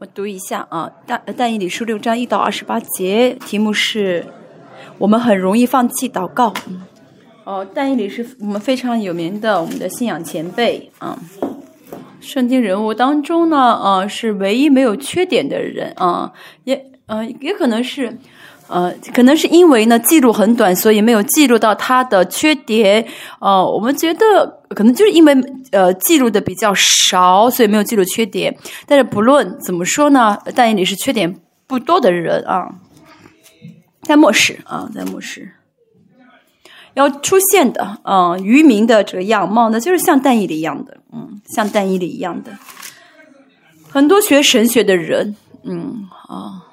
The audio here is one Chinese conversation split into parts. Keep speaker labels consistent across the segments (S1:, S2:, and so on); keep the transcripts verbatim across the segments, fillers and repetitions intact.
S1: 我读一下啊，但但以理书六章一到二十八节，题目是我们很容易放弃祷告。嗯，哦，但以理是我们非常有名的我们的信仰前辈啊，圣经人物当中呢，啊是唯一没有缺点的人啊，也呃也可能是。呃，可能是因为呢记录很短，所以没有记录到他的缺点。呃，我们觉得可能就是因为呃记录的比较少，所以没有记录缺点。但是不论怎么说呢，但以理是缺点不多的人啊，在末世啊，在末世要出现的啊、呃、渔民的这个样貌呢，就是像但以理一样的，嗯，像但以理一样的。很多学神学的人，嗯啊。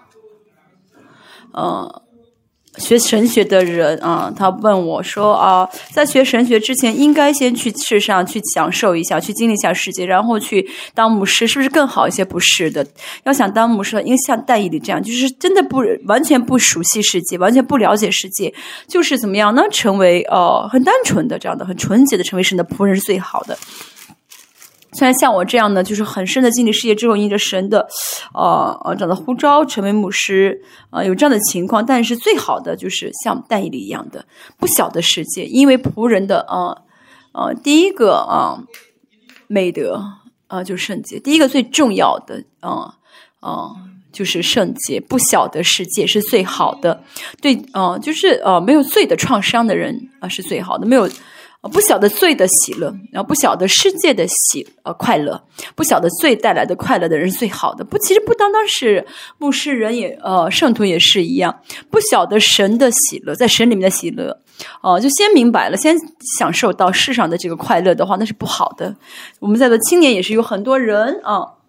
S1: 呃，学神学的人啊，他问我说啊，在学神学之前，应该先去世上去享受一下，去经历一下世界，然后去当牧师，是不是更好一些？不是的，要想当牧师，因为像但以理这样，就是真的不完全不熟悉世界，完全不了解世界，就是怎么样呢？成为呃很单纯的这样的、很纯洁的，成为神的仆人是最好的。虽然像我这样的，就是很深的经历世界之后，因着神的，呃呃这样的呼召成为牧师，呃有这样的情况，但是最好的就是像但以理一样的不小的世界，因为仆人的呃呃第一个啊、呃、美德啊、呃、就是圣洁，第一个最重要的啊啊、呃呃、就是圣洁，不小的世界是最好的，对啊、呃、就是呃没有罪的创伤的人啊、呃、是最好的，没有。不晓得罪的喜乐，然后不晓得世界的喜呃快乐，不晓得罪带来的快乐的人是最好的。不，其实不单单是牧师人也呃圣徒也是一样，不晓得神的喜乐，在神里面的喜乐，哦、呃，就先明白了，先享受到世上的这个快乐的话，那是不好的。我们在的青年也是有很多人啊、呃，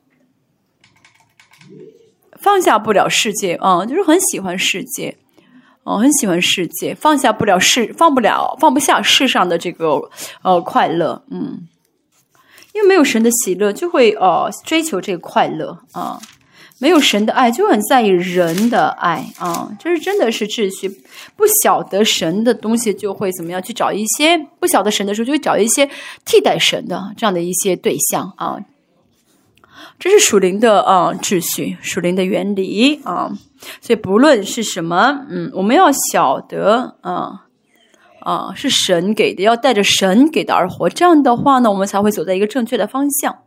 S1: 放下不了世界啊、呃，就是很喜欢世界。哦，很喜欢世界，放下不了世，放不了，放不下世上的这个呃快乐，嗯，因为没有神的喜乐，就会呃追求这个快乐啊、呃，没有神的爱，就很在意人的爱啊、呃，这是真的是秩序。不晓得神的东西，就会怎么样去找一些不晓得神的时候，就会找一些替代神的这样的一些对象啊。这是属灵的啊、呃、秩序，属灵的原理啊、呃，所以不论是什么，嗯，我们要晓得啊啊、呃、是神给的，要带着神给的而活，这样的话呢，我们才会走在一个正确的方向。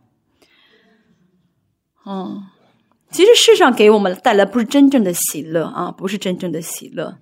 S1: 嗯，其实世上给我们带来不是真正的喜乐啊，不是真正的喜乐。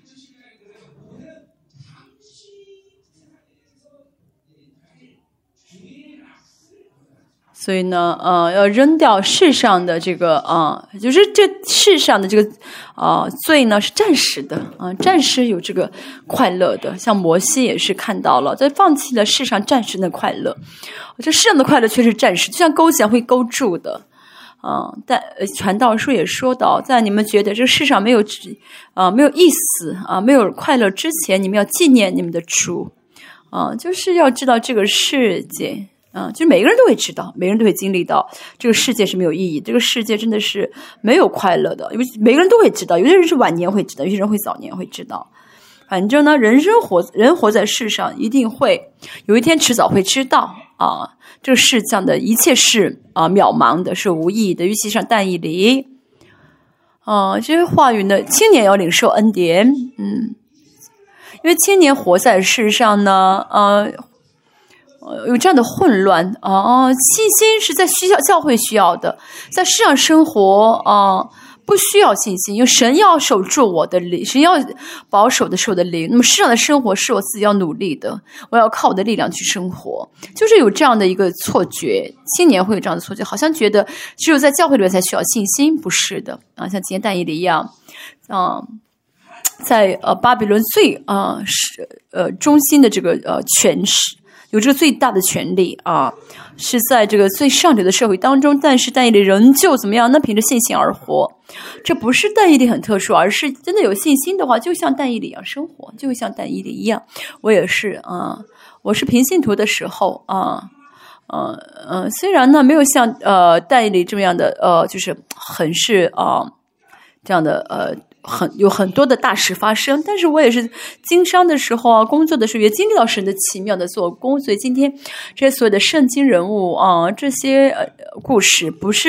S1: 所以呢，呃，要扔掉世上的这个啊、呃，就是这世上的这个啊、呃、罪呢是暂时的啊、呃，暂时有这个快乐的。像摩西也是看到了，在放弃了世上暂时的快乐，这世上的快乐却是暂时，就像钩子一样会勾住的啊、呃。但传道书也说到，在你们觉得这世上没有啊、呃、没有意思啊、呃、没有快乐之前，你们要纪念你们的主啊、呃，就是要知道这个世界。啊、嗯，就是每个人都会知道，每个人都会经历到这个世界是没有意义，这个世界真的是没有快乐的，因为每个人都会知道，有些人是晚年会知道，有些人会早年会知道。反正呢，人生活人活在世上，一定会有一天迟早会知道啊，这个世上的一切是啊渺茫的，是无意义的。尤其像但以理啊这些话语呢，青年要领受恩典，嗯，因为青年活在世上呢，呃。有这样的混乱啊，信心是在需要教会需要的，在世上生活啊，不需要信心，因为神要守住我的灵，神要保守的是我的灵。那么世上的生活是我自己要努力的，我要靠我的力量去生活，就是有这样的一个错觉，青年会有这样的错觉，好像觉得只有在教会里面才需要信心，不是的啊，像今天但以理一样，啊。在呃巴比伦最啊是呃中心的这个呃权势。有这个最大的权利啊，是在这个最上流的社会当中，但是但以理仍旧怎么样？那凭着信心而活，这不是但以理很特殊，而是真的有信心的话，就像但以理一样生活，就会像但以理一样。我也是啊，我是平信徒的时候啊，呃呃，虽然呢没有像呃但以理这么样的呃，就是很是啊这样的呃。很有很多的大事发生，但是我也是经商的时候啊，工作的时候也经历到神的奇妙的做工，所以今天这些所有的圣经人物啊，这些呃故事不是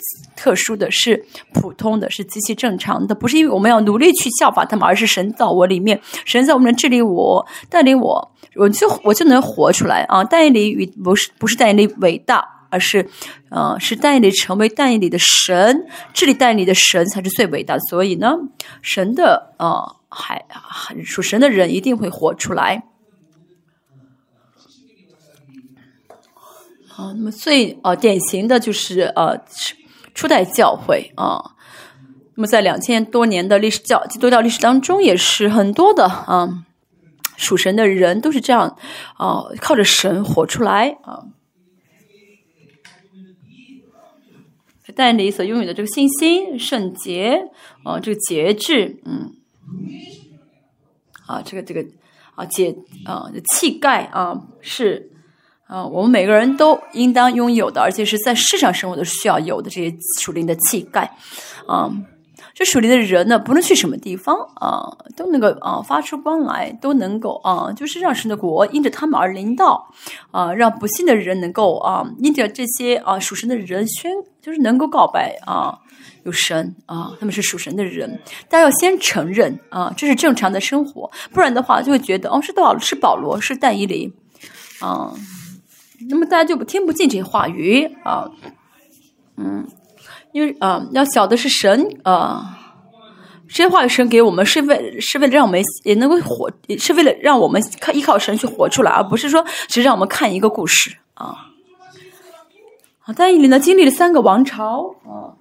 S1: 特殊的，是普通的，是极其正常的，不是因为我们要努力去效法他们，而是神造我里面，神在我们治理我，带领我，我就我就能活出来啊！但以理与不是不是但以理伟大，而是呃是但以理成为但以理的神，治理但以理的神才是最伟大的。所以呢，神的呃还属神的人一定会活出来。啊，那么最呃典型的就是呃初代教会啊，那么在两千多年的历史教基督教历史当中，也是很多的啊属神的人都是这样啊，靠着神活出来啊。但以理所拥有的这个信心、圣洁啊，这个节制，嗯，啊，这个这个啊节啊气概啊是。啊，我们每个人都应当拥有的，而且是在世上生活的需要有的这些属灵的气概，啊，这属灵的人呢，不论去什么地方啊，都能够啊发出光来，都能够啊，就是让神的国因着他们而临到，啊，让不信的人能够啊，因着这些啊属神的人宣，就是能够告白啊，有神啊，他们是属神的人，大家要先承认啊，这是正常的生活，不然的话就会觉得哦，是保是保罗是但以理啊。那么大家就听不进这些话语啊，嗯，因为啊，要晓得是神啊，这些话语神给我们是为是为了让我们也能够活，是为了让我们靠依靠神去活出来，而不是说只让我们看一个故事啊。好，但以理呢经历了三个王朝啊，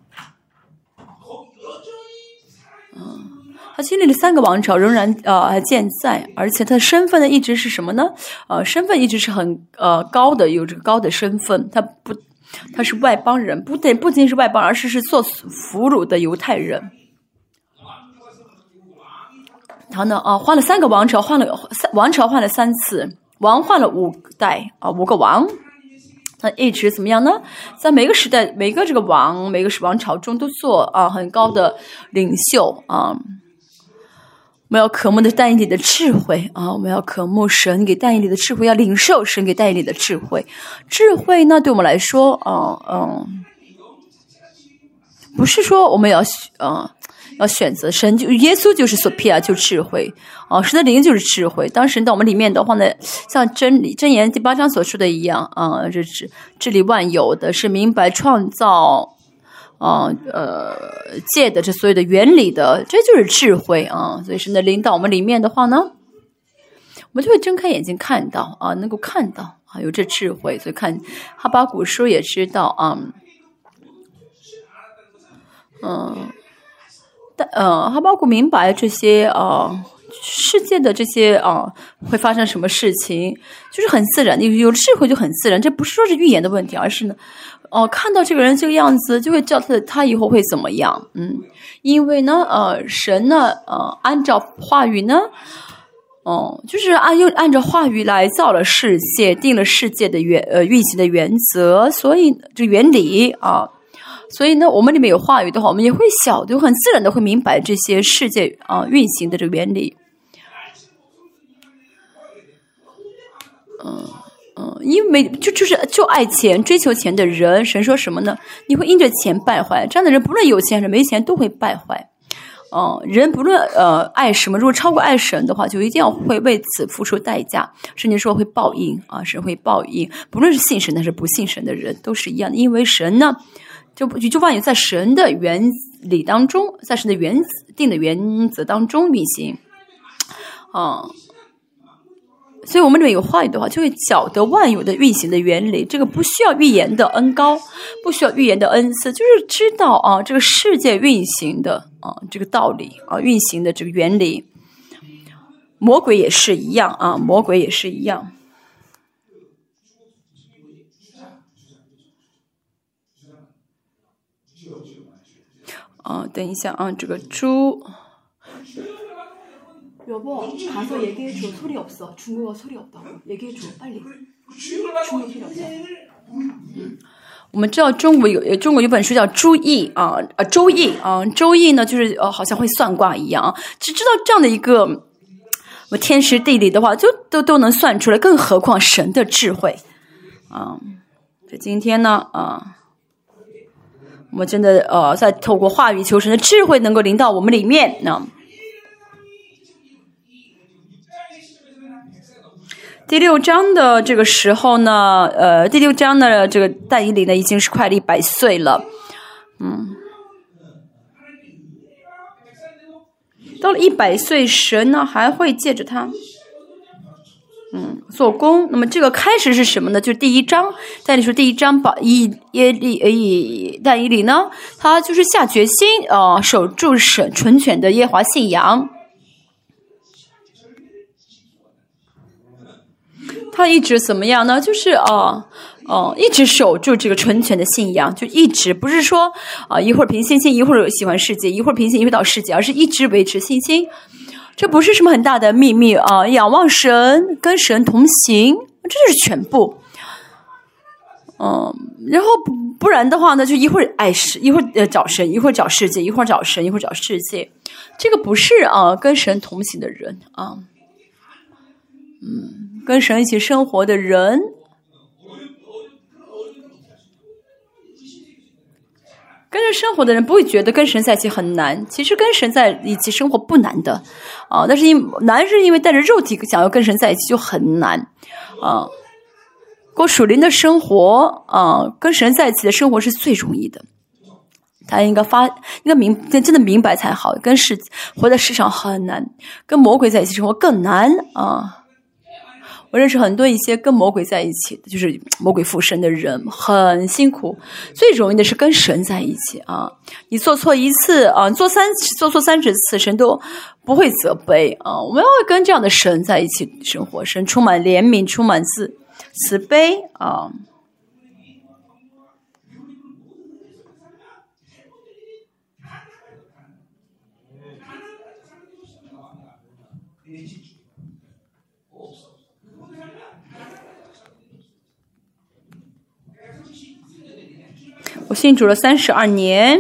S1: 嗯。他经历了三个王朝，仍然呃还健在，而且他的身份呢一直是什么呢？呃，身份一直是很呃高的，有这个高的身份。他不，他是外邦人，不对，不仅是外邦人，而是是做俘虏的犹太人。然后呢，啊、呃，换了三个王朝，换了三王朝换了三次，王换了五代啊、呃，五个王。他一直怎么样呢？在每个时代，每个这个王，每个王朝中都做啊、呃、很高的领袖啊。呃我们要渴慕的但以理的智慧啊！我们要渴慕神给但以理的智慧，要领受神给但以理的智慧。智慧呢，对我们来说，啊嗯，不是说我们要啊要选择神，就耶稣就是索皮亚，就智慧啊，神的灵就是智慧。当神到我们里面的话呢，像真理箴言第八章所说的一样啊，这治治理万有的，是明白创造。啊呃，界的这所有的原理的，这就是智慧啊！所以神的领导我们里面的话呢，我们就会睁开眼睛看到啊，能够看到啊，有这智慧。所以看哈巴谷书也知道啊，嗯，但呃，哈巴谷明白这些啊。世界的这些啊，会发生什么事情，就是很自然，有有智慧就很自然。这不是说是预言的问题，而是呢，哦、呃，看到这个人这个样子，就会知道他他以后会怎么样。嗯，因为呢，呃，神呢，呃，按照话语呢，哦、呃，就是按用按照话语来造了世界，定了世界的原呃运行的原则，所以这原理啊。所以呢，我们里面有话语的话，我们也会晓得，很自然的会明白这些世界啊、呃、运行的这个原理。嗯嗯，因为就就是就爱钱、追求钱的人，神说什么呢？你会因着钱败坏。这样的人，不论有钱还是没钱，都会败坏。嗯、呃，人不论呃爱什么，如果超过爱神的话，就一定要会为此付出代价，甚至说会报应啊，神会报应。不论是信神还是不信神的人，都是一样的，因为神呢。就宇宙万有在神的原理当中，在神的原定的原则当中运行，啊、嗯，所以我们里面有话语的话，就会晓得万有的运行的原理。这个不需要预言的恩高，不需要预言的恩赐，就是知道啊，这个世界运行的啊这个道理啊，运行的这个原理。魔鬼也是一样啊，魔鬼也是一样。啊，等一下啊，这个猪。여보가서얘기해줘소리없어중국어소리없다고얘기해줘빨리嗯，我们知道中国有中国有本书叫《周易》啊，啊《周易》啊，《周易》呢就是呃好像会算卦一样，只知道这样的一个天时地利的话，就都都能算出来，更何况神的智慧啊！所以今天呢啊。 我们真的呃，在透过话语求神的智慧能够临到我们里面呢。第六章的这个时候呢，呃，第六章的这个但以理呢，已经是快了一百岁了，嗯，到了一百岁，神呢还会借着他，嗯，做工。那么这个开始是什么呢？就是第一章，但你说第一章把以耶利以但以理呢，他就是下决心呃，守住神纯全的耶和华信仰。他一直怎么样呢？就是哦哦，一直守住这个纯全的信仰，就一直不是说啊、呃、一会儿凭信心，一会儿喜欢世界，一会儿凭信一会儿到世界，而是一直维持信心。这不是什么很大的秘密啊、呃！仰望神，跟神同行，这就是全部。嗯、呃，然后不不然的话呢，就一会儿爱神，一会儿呃找神，一会儿找世界，一会儿找神，一会儿找世界。这个不是啊、呃、跟神同行的人啊，嗯。跟神一起生活的人，跟着生活的人不会觉得跟神在一起很难。其实跟神在一起生活不难的啊，但是因难是因为带着肉体想要跟神在一起就很难啊。过属灵的生活啊，跟神在一起的生活是最容易的。他应该发，应该明，真的明白才好。跟世活在世上很难，跟魔鬼在一起生活更难啊。我认识很多一些跟魔鬼在一起的，就是魔鬼附身的人，很辛苦。最容易的是跟神在一起啊！你做错一次啊，做三做错三十次，神都不会责备啊！我们要跟这样的神在一起生活，神充满怜悯，充满慈慈悲啊！我信主了三十二年，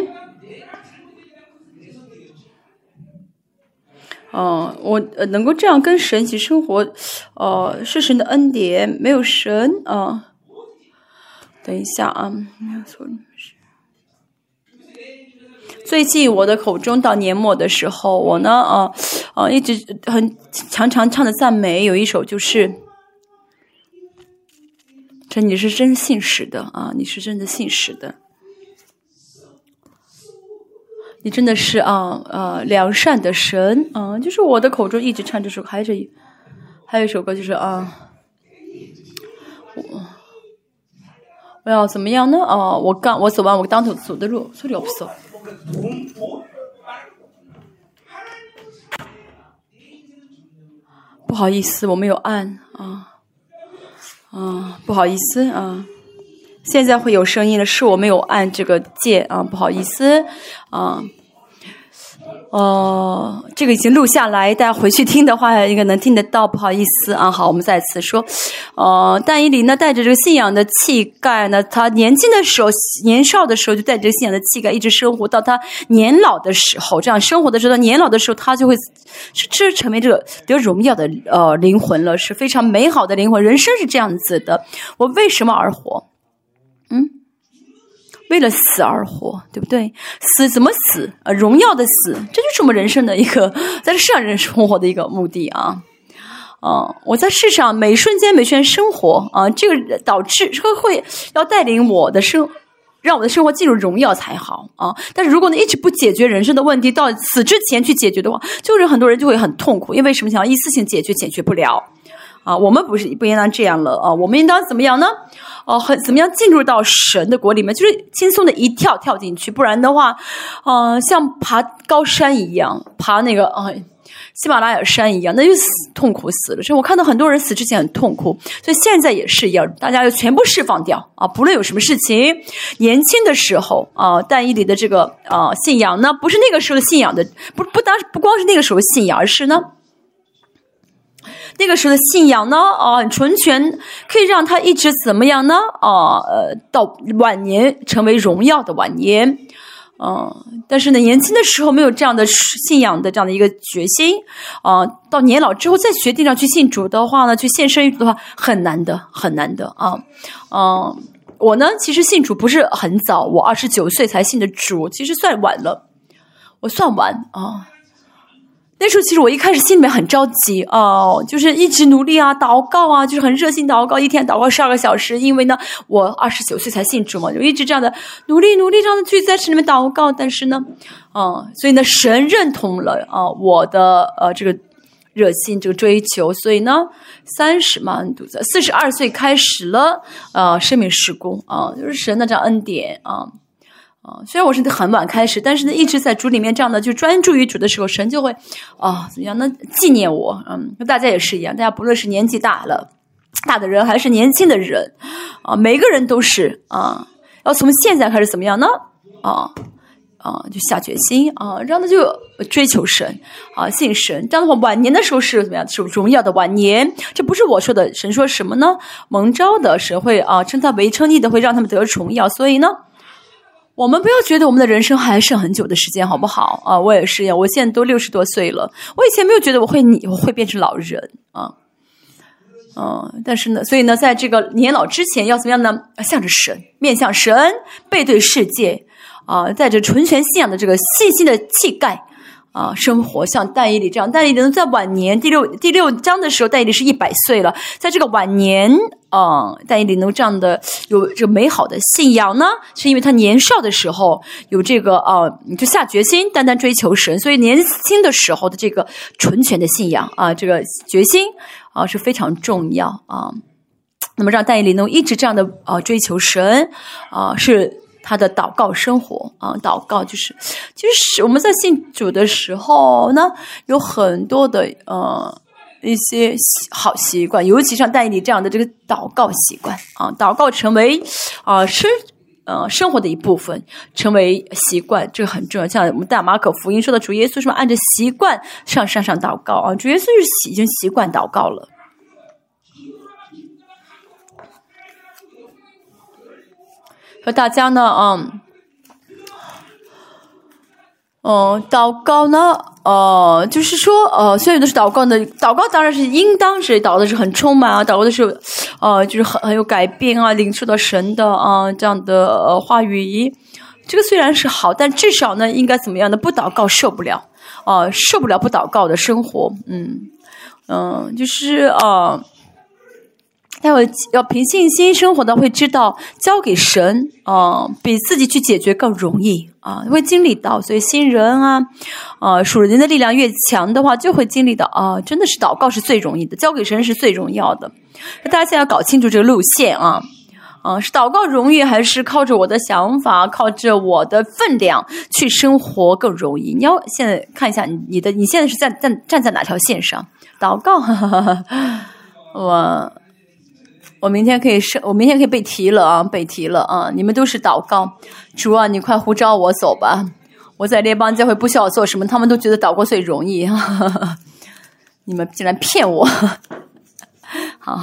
S1: 哦、呃，我能够这样跟神一起生活，呃，是神的恩典，没有神啊、呃。等一下啊，最近我的口中到年末的时候，我呢，呃，呃，一直很常常唱的赞美，有一首就是。这你是真信实的啊！你是真的信实的，你真的是啊呃良善的神啊！就是我的口中一直唱这首，还有这还有一首歌就是啊，我我要怎么样呢？啊，我刚我走完我当头走的路，소리 없어。不好意思，我没有按啊。啊，不好意思啊，现在会有声音了，是我没有按这个键啊，不好意思啊。哦、呃，这个已经录下来，大家回去听的话应该能听得到，不好意思啊。好，我们再次说，呃，但以理呢带着这个信仰的气概呢，他年轻的时候、年少的时候就带着信仰的气概一直生活到他年老的时候，这样生活的时候，年老的时候他就会是是成为这个得荣耀的呃灵魂了，是非常美好的灵魂。人生是这样子的，我为什么而活？嗯。为了死而活，对不对？死怎么死？呃，荣耀的死，这就是我们人生的一个在这世上人生活的一个目的啊！啊、呃，我在世上每一瞬间每瞬间生活啊、呃，这个导致会会要带领我的生，让我的生活进入荣耀才好啊！但是如果呢一直不解决人生的问题，到死之前去解决的话，就是很多人就会很痛苦，因为什么？想要一次性解决，解决不了。啊，我们不是不应当这样了啊！我们应当怎么样呢？哦、呃，很怎么样进入到神的国里面，就是轻松的一跳跳进去，不然的话，呃，像爬高山一样，爬那个啊、呃、喜马拉雅山一样，那就死痛苦死了。所以我看到很多人死之前很痛苦，所以现在也是一样，大家要全部释放掉啊！不论有什么事情，年轻的时候啊，但以理的这个啊、呃、信仰呢，不是那个时候的信仰的，不不当不光是那个时候的信仰，而是呢。那个时候的信仰呢，啊、呃，很纯全，可以让他一直怎么样呢？啊、呃，到晚年成为荣耀的晚年，啊、呃，但是呢，年轻的时候没有这样的信仰的这样的一个决心，啊、呃，到年老之后再决定上去信主的话呢，去献身于主的话，很难的，很难的啊，嗯、呃。 我呢，其实信主不是很早，我二十九岁才信的主，其实算晚了，我算晚啊。那时候其实我一开始心里面很着急哦，就是一直努力啊，祷告啊，就是很热心祷告，一天祷告十二个小时。因为呢，我二十九岁才信主嘛，就一直这样的努力努力这样的去在神里面祷告。但是呢，啊、嗯，所以呢，神认同了啊、呃、我的呃这个热心这个追求，所以呢，三十嘛，四十二岁开始了呃生命事工啊、呃，就是神的这样恩典啊。啊、呃，虽然我是很晚开始，但是呢，一直在主里面这样的就专注于主的时候，神就会啊、呃、怎么样呢？纪念我，嗯，大家也是一样，大家不论是年纪大了大的人，还是年轻的人，啊、呃，每个人都是啊、呃，要从现在开始怎么样呢？啊、呃、啊、呃，就下决心啊、呃，这样的就追求神啊、呃，信神。这样的话，晚年的时候是怎么样？是荣耀的晚年。这不是我说的，神说什么呢？蒙召的神会啊、呃、称他为称义的，会让他们得荣耀。所以呢。我们不要觉得我们的人生还剩很久的时间，好不好啊？我也是呀，我现在都六十多岁了，我以前没有觉得我会你我会变成老人啊，嗯，但是呢，所以呢，在这个年老之前要怎么样呢？向着神，面向神，背对世界啊，带着纯全信仰的这个信心的气概啊，生活像但以理这样。但以理呢，在晚年第六第六章的时候，但以理是一百岁了，在这个晚年。啊、嗯，但以理能这样的有这个美好的信仰呢，是因为他年少的时候有这个啊、呃，就下决心单单追求神，所以年轻的时候的这个纯全的信仰啊，这个决心啊是非常重要啊。那么让但以理能一直这样的啊追求神啊，是他的祷告生活啊，祷告就是就是我们在信主的时候呢，有很多的呃。一些好习惯，尤其像但以理这样的这个祷告习惯啊，祷告成为啊生呃生活的一部分，成为习惯，这个很重要。像我们大马可福音说的，主耶稣是按照习惯上山上祷告啊，主耶稣是已经习惯祷告了。和大家呢，嗯。嗯，祷告呢，呃，就是说，呃，虽然有的是祷告呢，祷告当然是应当是祷告的是很充满啊，祷告的是，呃，就是很很有改变啊，领受到神的啊、呃、这样的呃话语，这个虽然是好，但至少呢，应该怎么样呢？不祷告受不了，啊、呃，受不了不祷告的生活，嗯嗯、呃，就是啊。呃待会要凭信心生活的，会知道交给神啊、呃，比自己去解决更容易啊、呃，会经历到。所以新人啊，啊属灵的力量越强的话，就会经历到啊、呃，真的是祷告是最容易的，交给神是最荣耀的。那大家现在要搞清楚这个路线啊，啊、呃、是祷告容易，还是靠着我的想法，靠着我的分量去生活更容易？你要现在看一下你的，你现在是站站站在哪条线上？祷告，哈哈哈哈我。我明天可以是，我明天可以背题了啊，背题了啊！你们都是祷告，主啊，你快呼召我走吧！我在列邦教会不需要做什么，他们都觉得祷告最容易，哈哈哈，你们竟然骗我！好，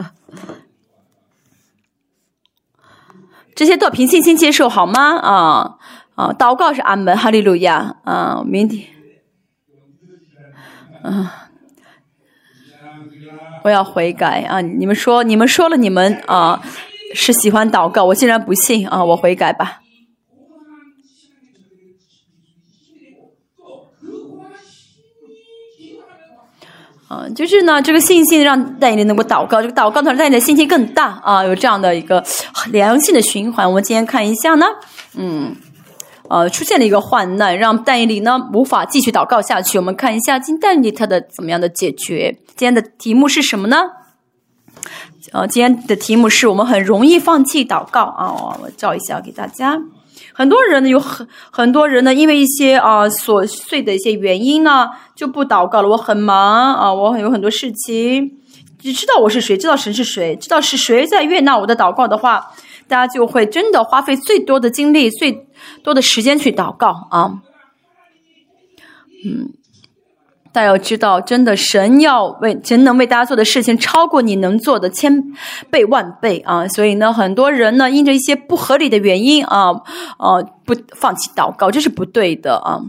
S1: 这些都要凭信心接受好吗？啊啊！祷告是阿门，哈利路亚啊！明天，嗯、啊。我要悔改啊！你们说，你们说了，你们啊是喜欢祷告，我竟然不信啊！我悔改吧。啊，就是呢，这个信心让但以理能够祷告，这个祷告呢让但以理的信心更大啊，有这样的一个良性的循环。我们今天看一下呢，嗯。呃，出现了一个患难，让但以理呢无法继续祷告下去。我们看一下今但以理他的怎么样的解决。今天的题目是什么呢？呃，今天的题目是我们很容易放弃祷告啊。我照一下给大家。很多人呢，有很很多人呢，因为一些啊、呃、琐碎的一些原因呢，就不祷告了。我很忙啊，我有很多事情，只知道我是谁，知道神是谁，知道是谁在悦纳我的祷告的话。大家就会真的花费最多的精力、最多的时间去祷告啊。嗯，大家要知道，真的神要为神能为大家做的事情，超过你能做的千倍万倍啊！所以呢，很多人呢，因着一些不合理的原因啊，呃、啊，不放弃祷告，这是不对的啊。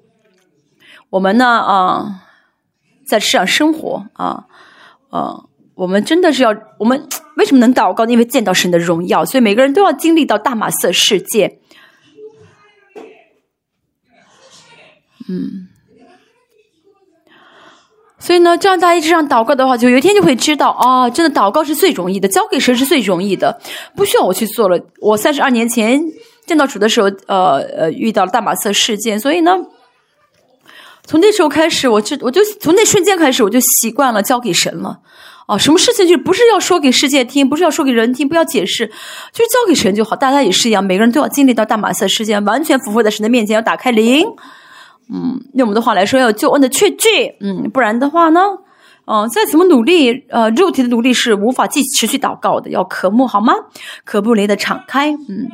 S1: 我们呢啊，在世上生活啊，啊。 我们真的是要，我们为什么能祷告？因为见到神的荣耀，所以每个人都要经历到大马色世界。嗯，所以呢，这样大家一直这样祷告的话，就有一天就会知道啊，真的祷告是最容易的，交给神是最容易的，不需要我去做了。我三十二年前见到主的时候，呃呃，遇到了大马色事件，所以呢。从那时候开始，我就我就从那瞬间开始，我就习惯了交给神了。啊，什么事情就不是要说给世界听，不是要说给人听，不要解释，就是交给神就好。大家也是一样，每个人都要经历到大马色事件，完全俯伏在神的面前，要打开灵。嗯，用我们的话来说，要有救恩的确据。嗯，不然的话呢，嗯、呃，再怎么努力，呃，肉体的努力是无法继持续祷告的。要渴慕好吗？渴慕灵的敞开。嗯，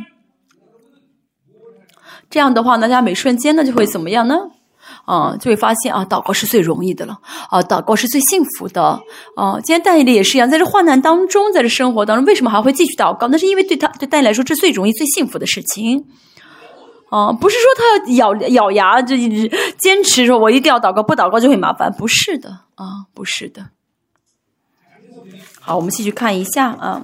S1: 这样的话呢，大家每瞬间呢就会怎么样呢？啊、嗯，就会发现啊，祷告是最容易的了啊，祷告是最幸福的啊。今天但以理也是一样，在这患难当中，在这生活当中，为什么还会继续祷告？那是因为对他对但以理来说，这最容易、最幸福的事情啊。不是说他要咬咬牙就一直坚持说，我一定要祷告，不祷告就会麻烦，不是的啊，不是的。好，我们继续看一下啊。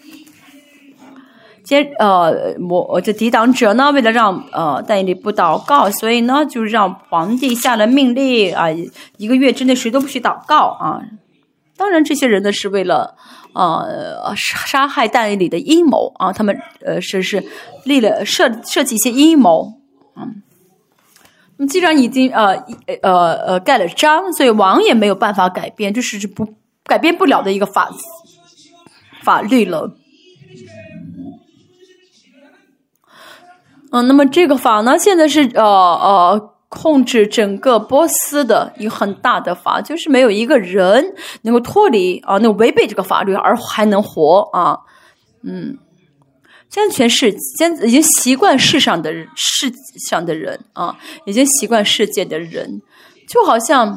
S1: 接呃，我这抵挡者呢，为了让呃但以理不祷告，所以呢，就让皇帝下了命令啊，一个月之内谁都不许祷告啊。当然，这些人呢是为了呃杀害但以理的阴谋啊，他们呃是是立了设设计一些阴谋啊。那么既然已经呃呃呃盖了章，所以王也没有办法改变，就是不改变不了的一个法法律了。嗯，那么这个法呢，现在是呃呃控制整个波斯的一个很大的法，就是没有一个人能够脱离啊，能违背这个法律而还能活啊。嗯，现在全世现在已经习惯世上的人，世上的人啊，已经习惯世界的人，就好像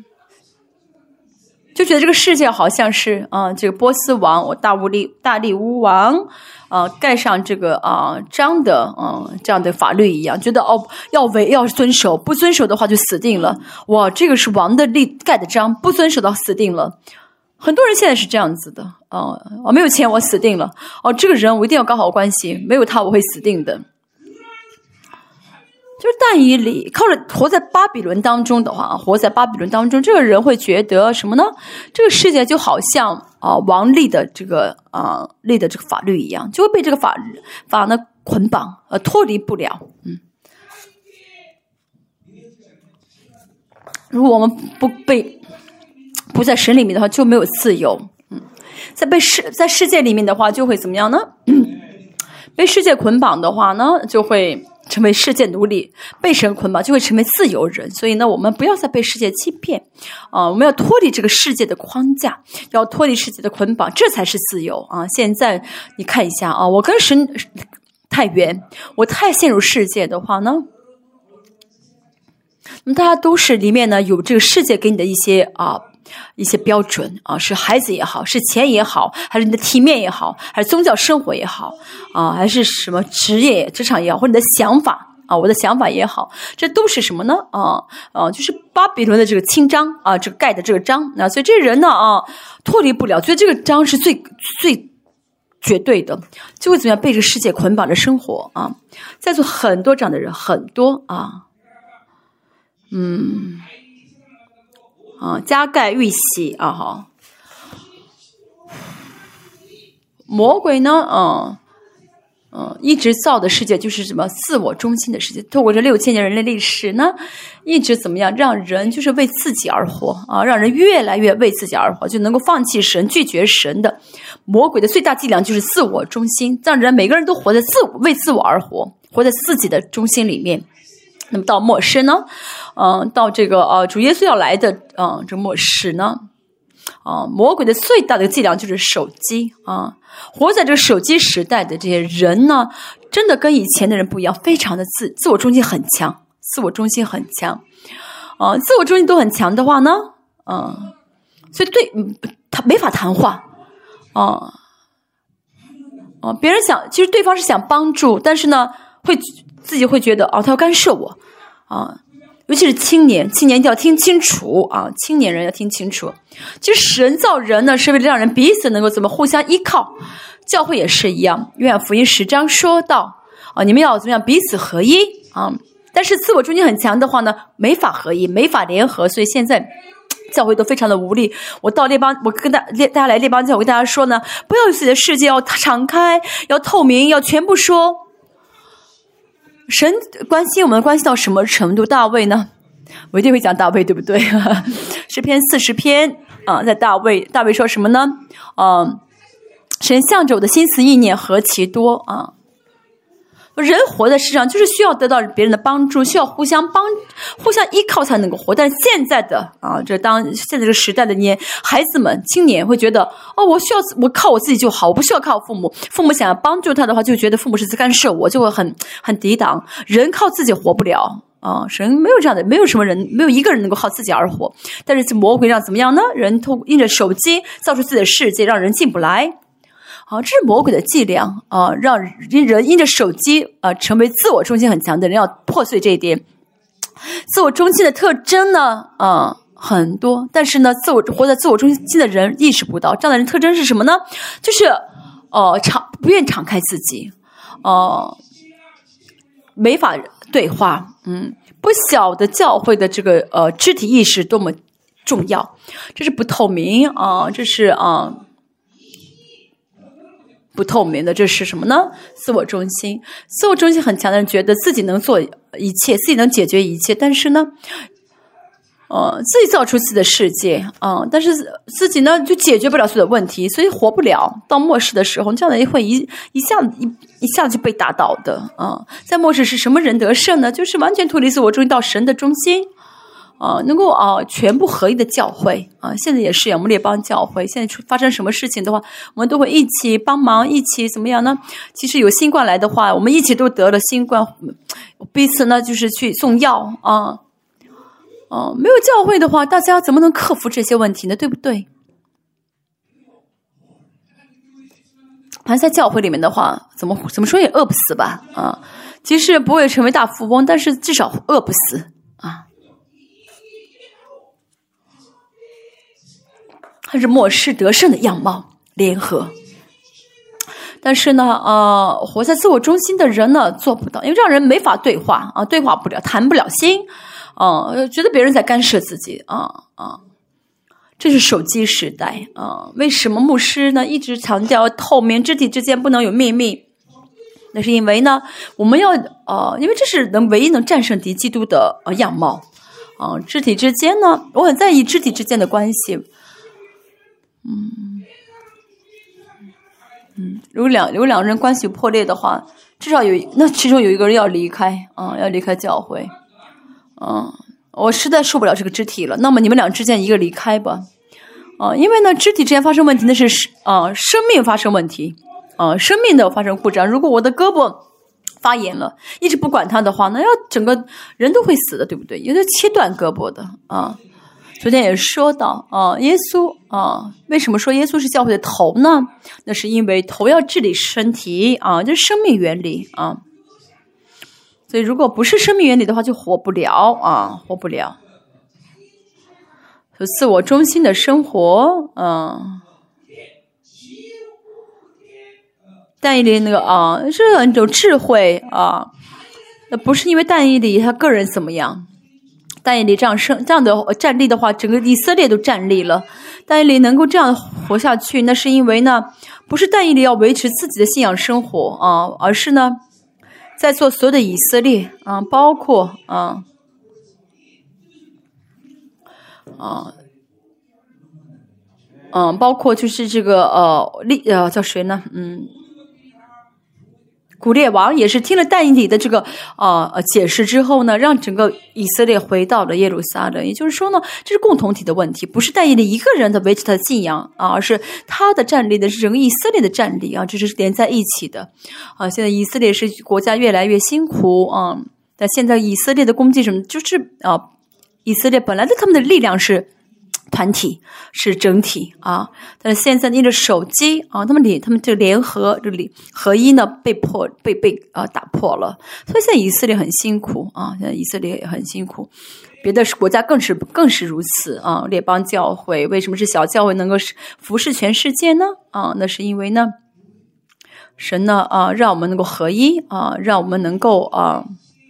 S1: 就觉得这个世界好像是啊、呃，这个波斯王，我大乌利大利乌王。啊、呃，盖上这个啊、呃、章的啊、呃、这样的法律一样，觉得哦要违要遵守，不遵守的话就死定了。哇，这个是王的立盖的章，不遵守的死定了。很多人现在是这样子的啊，我、呃、没有钱我死定了。哦，这个人我一定要搞好关系，没有他我会死定的。就是但以理靠着活在巴比伦当中的话，活在巴比伦当中，这个人会觉得什么呢？这个世界就好像啊、呃、王立的这个啊、呃、立的这个法律一样，就会被这个法法呢捆绑，呃脱离不了。嗯，如果我们不被不在神里面的话，就没有自由。嗯，在被世在世界里面的话，就会怎么样呢？嗯、被世界捆绑的话呢，就会。成为世界奴隶，被神捆绑就会成为自由人。所以呢，我们不要再被世界欺骗啊、呃！我们要脱离这个世界的框架，要脱离世界的捆绑，这才是自由啊！现在你看一下啊，我跟神太远，我太陷入世界的话呢，那么大家都是里面呢有这个世界给你的一些啊。一些标准啊，是孩子也好，是钱也好，还是你的体面也好，还是宗教生活也好啊，还是什么职业职场也好，或者你的想法啊，我的想法也好，这都是什么呢？啊啊，就是巴比伦的这个清章啊，这个盖的这个章啊，所以这些人呢啊，脱离不了，觉得这个章是最最绝对的，就会怎么样被这个世界捆绑着生活啊。在座很多这样的人，很多啊，嗯。啊，加盖玉玺啊，哈，魔鬼呢，嗯嗯，一直造的世界就是什么自我中心的世界。透过这六千年人类历史呢，一直怎么样让人就是为自己而活啊，让人越来越为自己而活，就能够放弃神、拒绝神的。魔鬼的最大伎俩就是自我中心，让人每个人都活在自我为自我而活，活在自己的中心里面。那么到末世呢，嗯、呃，到这个呃主耶稣要来的，嗯、呃，这末世呢，啊、呃，魔鬼的最大的伎俩就是手机啊、呃，活在这个手机时代的这些人呢，真的跟以前的人不一样，非常的自自我中心很强，自我中心很强，啊、呃，自我中心都很强的话呢，嗯、呃，所以对他没法谈话，啊、呃，啊、呃，别人想，其实对方是想帮助，但是呢，会。自己会觉得哦，他要干涉我，啊， 尤其是青年，青年一定要听清楚啊！青年人要听清楚。其实神造人呢，是为了让人彼此能够怎么互相依靠。教会也是一样，约翰福音十章说到啊，你们要怎么样彼此合一啊？但是自我中心很强的话呢，没法合一，没法联合，所以现在教会都非常的无力。我到列邦，我跟大大家来列邦教，我跟大家说呢，不要有自己的世界，要敞开，要透明，要全部说。神关心我们关系到什么程度？大卫呢？我一定会讲大卫，对不对？诗篇四十篇啊，在大卫，大卫说什么呢？嗯，神向着我的心思意念何其多啊！人活在世上就是需要得到别人的帮助，需要互相帮、互相依靠才能够活。但是现在的啊，这当现在这个时代的年孩子们、青年会觉得，哦，我需要我靠我自己就好，我不需要靠父母。父母想要帮助他的话，就觉得父母是在干涉我，就会很很抵挡。人靠自己活不了啊，神没有这样的，没有什么人，没有一个人能够靠自己而活。但是魔鬼让怎么样呢？人通过印着手机造出自己的世界，让人进不来。啊，这是魔鬼的伎俩啊，让人因着手机啊成为自我中心很强的人，要破碎这一点。自我中心的特征呢，啊很多，但是呢，自我活在自我中心的人意识不到，这样的人特征是什么呢？就是呃敞不愿敞开自己，呃没法对话，嗯，不晓得教会的这个呃肢体意识多么重要，这是不透明啊、呃，这是啊。呃不透明的，这是什么呢？自我中心，自我中心很强的人觉得自己能做一切，自己能解决一切，但是呢，呃，自己造出自己的世界啊、呃，但是自己呢就解决不了所有的问题，所以活不了。到末世的时候，这样的人会一一下子一一下子就被打倒的啊、呃。在末世是什么人得胜呢？就是完全脱离自我中心到神的中心。啊、呃，能够啊、呃、全部合一的教会啊、呃，现在也是我们列邦教会。现在发生什么事情的话，我们都会一起帮忙，一起怎么样呢？其实有新冠来的话，我们一起都得了新冠，彼此呢就是去送药啊。哦、呃呃，没有教会的话，大家怎么能克服这些问题呢？对不对？反正在教会里面的话，怎么怎么说也饿不死吧？啊，其实不会成为大富翁，但是至少饿不死啊。它是末世得胜的样貌联合，但是呢，呃，活在自我中心的人呢做不到，因为让人没法对话啊，对话不了，谈不了心，啊、呃，觉得别人在干涉自己啊啊，这是手机时代啊。为什么牧师呢一直强调透明，肢体之间不能有秘密？那是因为呢，我们要呃，因为这是能唯一能战胜敌基督的呃样貌啊。肢体之间呢，我很在意肢体之间的关系。嗯，嗯，如果两如果两个人关系破裂的话，至少有那其中有一个人要离开啊，要离开教会。啊，我实在受不了这个肢体了。那么你们俩之间一个离开吧。啊，因为呢，肢体之间发生问题，那是啊生命发生问题，啊生命的发生故障。如果我的胳膊发炎了，一直不管它的话，那要整个人都会死的，对不对？有的切断胳膊的啊。昨天也说到啊，耶稣啊，为什么说耶稣是教会的头呢？那是因为头要治理身体啊，这是生命原理啊。所以如果不是生命原理的话，就活不了啊，活不了。所以自我中心的生活，嗯，但以理那个啊，是很有智慧啊，那不是因为但以理他个人怎么样。但以理这样生这样的站立的话，整个以色列都站立了。但以理能够这样活下去，那是因为呢，不是但以理要维持自己的信仰生活啊，而是呢，在座所有的以色列啊，包括啊啊嗯、啊，包括就是这个呃利呃叫谁呢？嗯。古列王也是听了但以理的这个呃解释之后呢，让整个以色列回到了耶路撒冷。也就是说呢，这是共同体的问题，不是但以理一个人的维持他的信仰啊，而是他的站立的是整个以色列的站立啊，这是连在一起的啊。现在以色列是国家越来越辛苦啊，但现在以色列的攻击什么，就是啊，以色列本来的他们的力量是团体，是整体啊。但是现在因着手机啊，他们联他们这个联合这里合一呢，被迫被被啊打破了。所以现在以色列很辛苦啊，现在以色列也很辛苦。别的国家更是更是如此啊！列邦教会为什么是小教会能够服侍全世界呢？啊，那是因为呢，神呢啊，让我们能够合一啊，让我们能够啊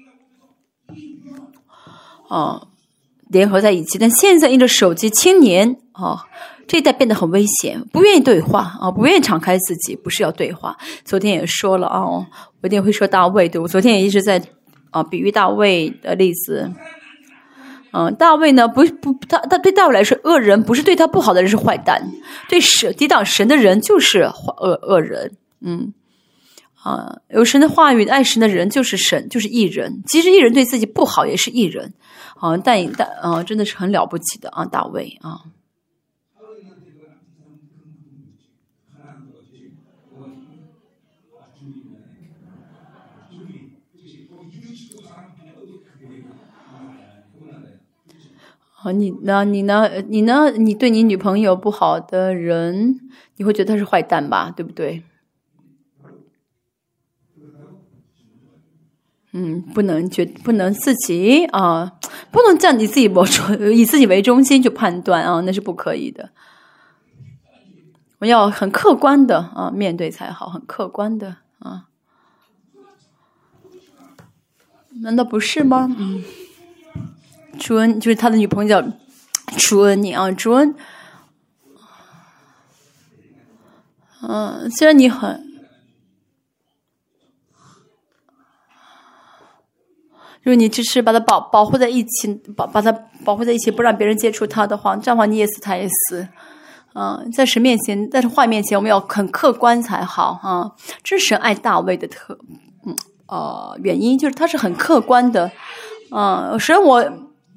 S1: 啊联合在一起。但现在因着手机，青年啊这一代变得很危险，不愿意对话啊，不愿意敞开自己，不是要对话。昨天也说了啊，我一定会说大卫，对我昨天也一直在啊比喻大卫的例子。嗯，大卫呢，不不，他他对大卫来说，恶人不是对他不好的人是坏蛋，对神抵挡神的人就是恶恶人。嗯，啊，有神的话语、爱神的人就是神，就是义人。即使义人对自己不好，也是义人。啊，但但啊，真的是很了不起的啊，大卫啊。啊，你呢？你呢？你呢？你对你女朋友不好的人，你会觉得他是坏蛋吧？对不对？嗯，不能觉，不能自己啊，不能这样以自己为以自己为中心去判断啊，那是不可以的。我要很客观的啊面对才好，很客观的啊，难道不是吗？嗯。朱恩就是他的女朋友叫朱恩妮啊，朱恩，嗯，虽然你很，如果你只是把他保保护在一起，把把他保护在一起，不让别人接触他的话，这样的话你也死，他也死。嗯，在神面前，在话面前，我们要很客观才好啊。这是神爱大卫的特，嗯呃原因，就是他是很客观的。嗯，神我。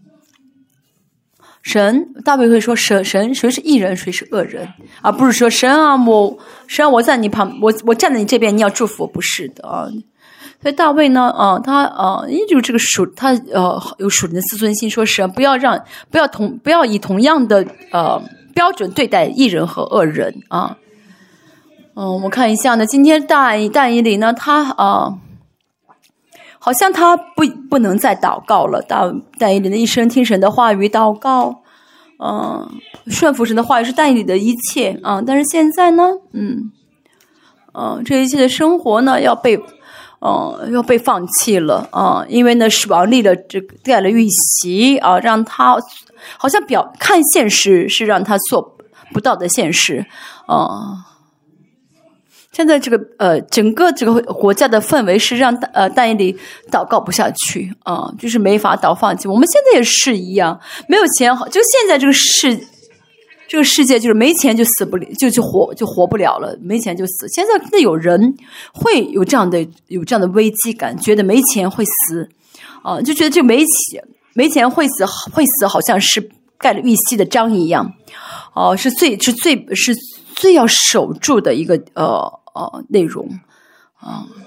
S1: 神，大卫会说神神谁是义人，谁是恶人，而不是说神啊，我神啊，我在你旁，我我站在你这边，你要祝福我，不是的啊。所以大卫呢，啊，他啊，因为这个属他呃有属灵的自尊心，说神不要让不要同不要以同样的呃标准对待义人和恶人啊。嗯，我看一下呢，今天大大以里呢，他啊。好像他不不能再祷告了。大但以理的一生听神的话语祷告，嗯，顺服神的话语是但以理的一切啊、嗯。但是现在呢，嗯，嗯，这一切的生活呢要被，嗯，要被放弃了啊、嗯，因为呢是王立了这个盖了玉玺啊，让他好像表看现实是让他做不到的现实啊。嗯现在这个呃，整个这个国家的氛围是让呃但以理祷告不下去啊、呃，就是没法祷放弃。我们现在也是一样，没有钱，就现在这个世这个世界就是没钱就死不了，就就活就活不了了，没钱就死。现在那有人会有这样的有这样的危机感，觉得没钱会死啊、呃，就觉得这没钱没钱会死会死，好像是盖了玉玺的章一样，哦、呃，是最是最是最要守住的一个呃。呃，内容啊、呃，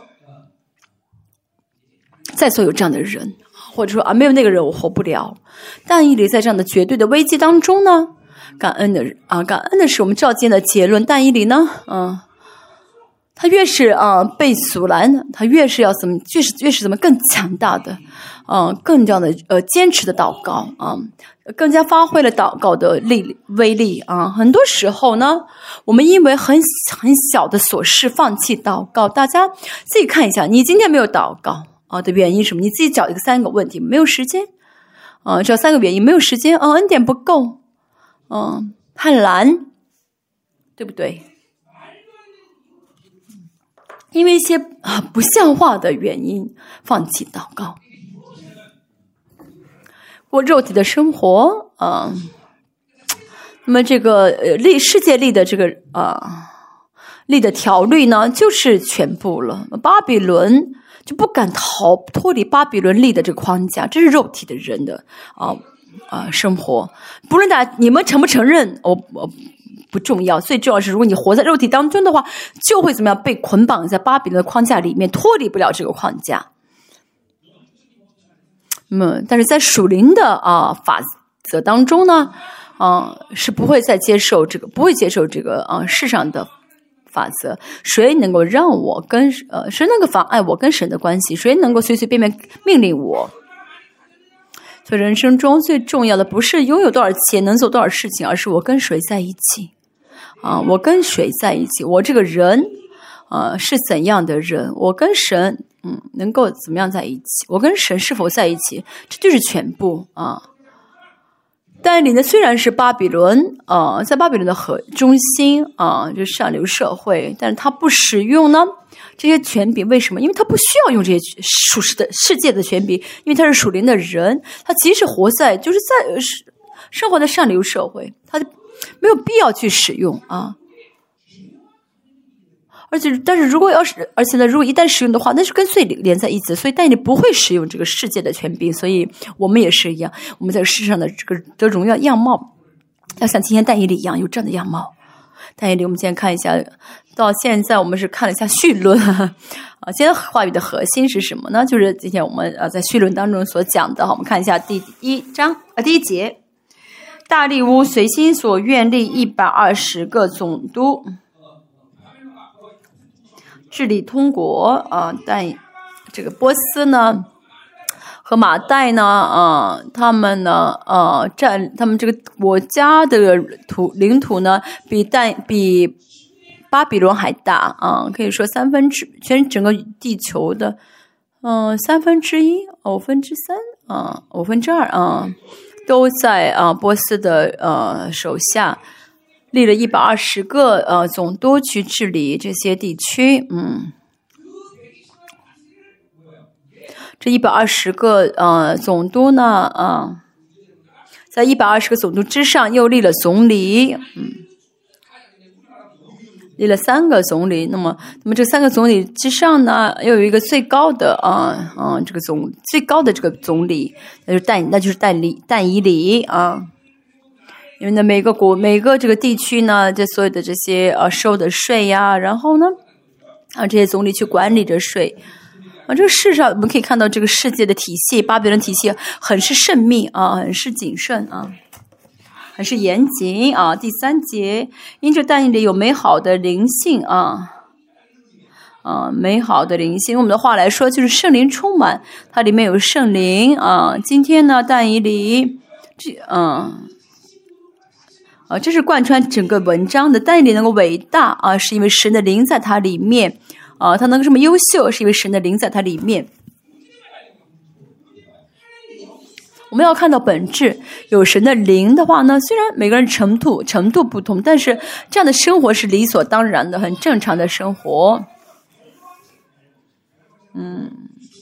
S1: 在所有这样的人，或者说啊，没有那个人我活不了。但以理在这样的绝对的危机当中呢，感恩的啊，感恩的是我们照见的结论。但以理呢，嗯、呃，他越是啊、呃、被阻拦，他越是要怎么，越是越是怎么更强大的，嗯、呃，更这样的呃坚持的祷告啊。呃更加发挥了祷告的力威力啊！很多时候呢，我们因为很很小的琐事放弃祷告。大家自己看一下，你今天没有祷告啊的原因是什么？你自己找一个三个问题：没有时间啊，找三个原因：没有时间啊，恩典不够，嗯，太懒，对不对？因为一些啊不像话的原因放弃祷告。过肉体的生活啊、呃，那么这个呃立世界立的这个啊、呃、立的条律呢，就是全部了。巴比伦就不敢逃脱离巴比伦立的这个框架，这是肉体的人的啊啊、呃、生活。不论大家你们承不承认，我我不重要，最重要是如果你活在肉体当中的话，就会怎么样被捆绑在巴比伦的框架里面，脱离不了这个框架。嗯，但是在属灵的啊、呃、法则当中呢， 啊、呃，是不会再接受这个，不会接受这个啊、呃、世上的法则。谁能够让我跟呃，谁能够妨碍我跟神的关系？谁能够随随便便命令我？所以人生中最重要的不是拥有多少钱，能做多少事情，而是我跟谁在一起啊！我跟谁在一起？我这个人啊是怎样的人？我跟神嗯能够怎么样在一起？我跟神是否在一起？这就是全部啊！但里呢，虽然是巴比伦啊、呃，在巴比伦的核中心啊、呃，就是上流社会，但是他不使用呢这些权柄，为什么？因为他不需要用这些属世的世界的权柄，因为他是属灵的人，他即使活在就是在生活在上流社会，他没有必要去使用啊。而且，但是如果要是，而且呢，如果一旦使用的话，那是跟罪连在一起，所以但你不会使用这个世界的权柄，所以我们也是一样，我们在世上的这个的荣耀样貌，要像今天但以理一样有这样的样貌。但以理，我们今天看一下，到现在我们是看了一下绪论啊，今天话语的核心是什么呢？就是今天我们呃在绪论当中所讲的，我们看一下第一章啊第一节，大利乌随心所愿立一百二十个总督。治理通国啊、呃，但这个波斯呢和马代呢啊、呃，他们呢呃占他们这个国家的土领土呢比但比巴比伦还大啊、呃，可以说三分之全整个地球的嗯、呃、三分之一五分之三啊五分之二啊都在啊、呃、波斯的呃手下。立了一百二十个呃总督去治理这些地区，嗯，这一百二十个呃总督呢，啊、呃，在一百二十个总督之上又立了总理，嗯，立了三个总理。那么，那么这三个总理之上呢，又有一个最高的啊啊、呃呃、这个总最高的这个总理，那就是但那就是但理但以理啊。因为呢，每个国、每个这个地区呢，这所有的这些呃收的税呀，然后呢，啊这些总理去管理着税，啊这个世上我们可以看到这个世界的体系，巴比伦体系很是慎密啊，很是谨慎啊，很是严谨啊。第三节，因着但以理有美好的灵性啊，啊美好的灵性，用我们的话来说就是圣灵充满，它里面有圣灵啊。今天呢，但以理这嗯。啊，这是贯穿整个文章的。但以理能够伟大啊，是因为神的灵在它里面啊；他能够这么优秀，是因为神的灵在它里面。我们要看到本质，有神的灵的话呢，虽然每个人程度程度不同，但是这样的生活是理所当然的，很正常的生活。嗯。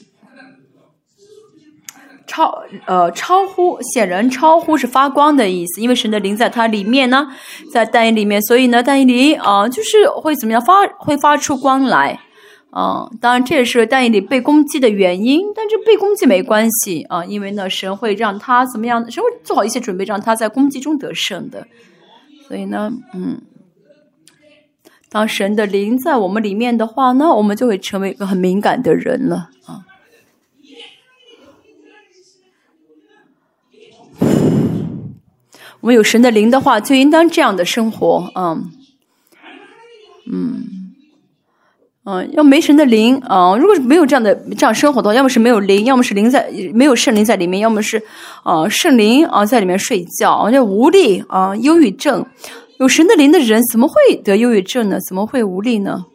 S1: 超呃超乎显然超乎是发光的意思，因为神的灵在它里面呢，在但以理里面，所以呢但以理啊、呃、就是会怎么样发会发出光来啊、呃。当然这也是但以理被攻击的原因，但这被攻击没关系啊、呃，因为呢神会让他怎么样，神会做好一些准备，让他在攻击中得胜的。所以呢，嗯，当神的灵在我们里面的话呢，我们就会成为一个很敏感的人了啊。我们有神的灵的话，就应当这样的生活，嗯，嗯，嗯，要没神的灵啊、呃，如果没有这样的这样生活的话，要么是没有灵，要么是灵在没有圣灵在里面，要么是啊、呃、圣灵啊、呃、在里面睡觉，就无力啊、呃，忧郁症。有神的灵的人怎么会得忧郁症呢？怎么会无力呢？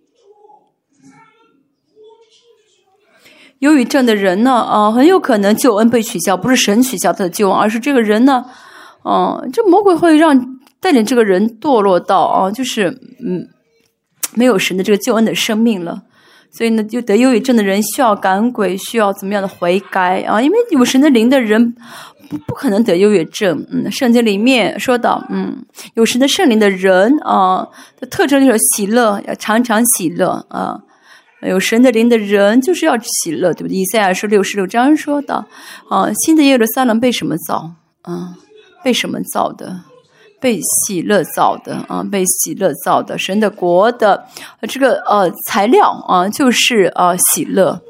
S1: 忧郁症的人呢，啊、呃，很有可能救恩被取消，不是神取消他的救恩，而是这个人呢。哦、呃，这魔鬼会让带领这个人堕落到啊、呃，就是嗯，没有神的这个救恩的生命了。所以呢，就得忧郁症的人需要赶鬼，需要怎么样的悔改啊？因为有神的灵的人不不可能得忧郁症。嗯，圣经里面说到，嗯，有神的圣灵的人啊，的特征就是喜乐，要常常喜乐啊。有神的灵的人就是要喜乐，对不对？以赛亚书六十六章说到，啊，新的耶路撒冷被什么造？啊，被什么造的？被喜乐造的啊，被喜乐造的。神的国的这个呃材料啊，就是啊喜乐。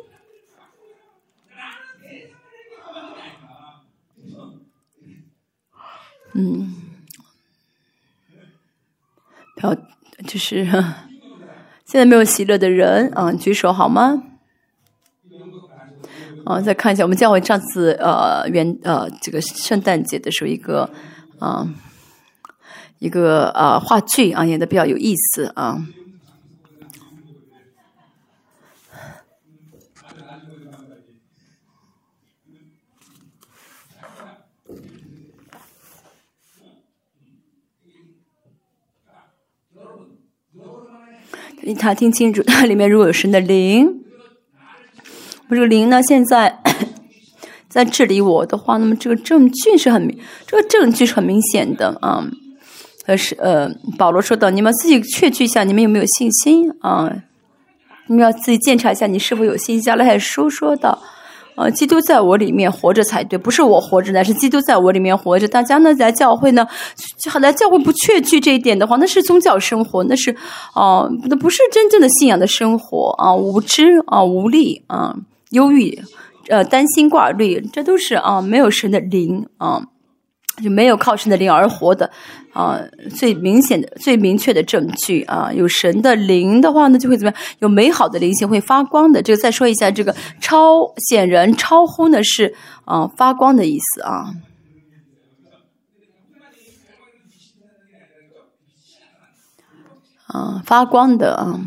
S1: 嗯，表就是现在没有喜乐的人啊，举手好吗？啊，再看一下我们教会上次呃元呃这个圣诞节的时候一个啊、呃、一个呃话剧啊演的比较有意思啊。你查听清楚，里面如果有神的灵，这个灵呢现在在治理我的话，那么这个证据是很明，这个证据是很明显的啊。呃是呃，保罗说到，你们自己确据一下，你们有没有信心啊？你们要自己检查一下，你是否有信心。加拉太书说到，呃，基督在我里面活着才对，不是我活着，乃是基督在我里面活着。大家呢来教会呢，来教会不确据这一点的话，那是宗教生活，那是啊、呃，那不是真正的信仰的生活啊，无知啊，无力啊，忧郁，呃，担心挂虑，这都是啊，没有神的灵啊。就没有靠神的灵而活的啊，最明显的、最明确的证据啊，有神的灵的话呢，就会怎么样？有美好的灵性会发光的。这个再说一下，这个超显然、超乎呢是啊发光的意思啊。啊，发光的啊。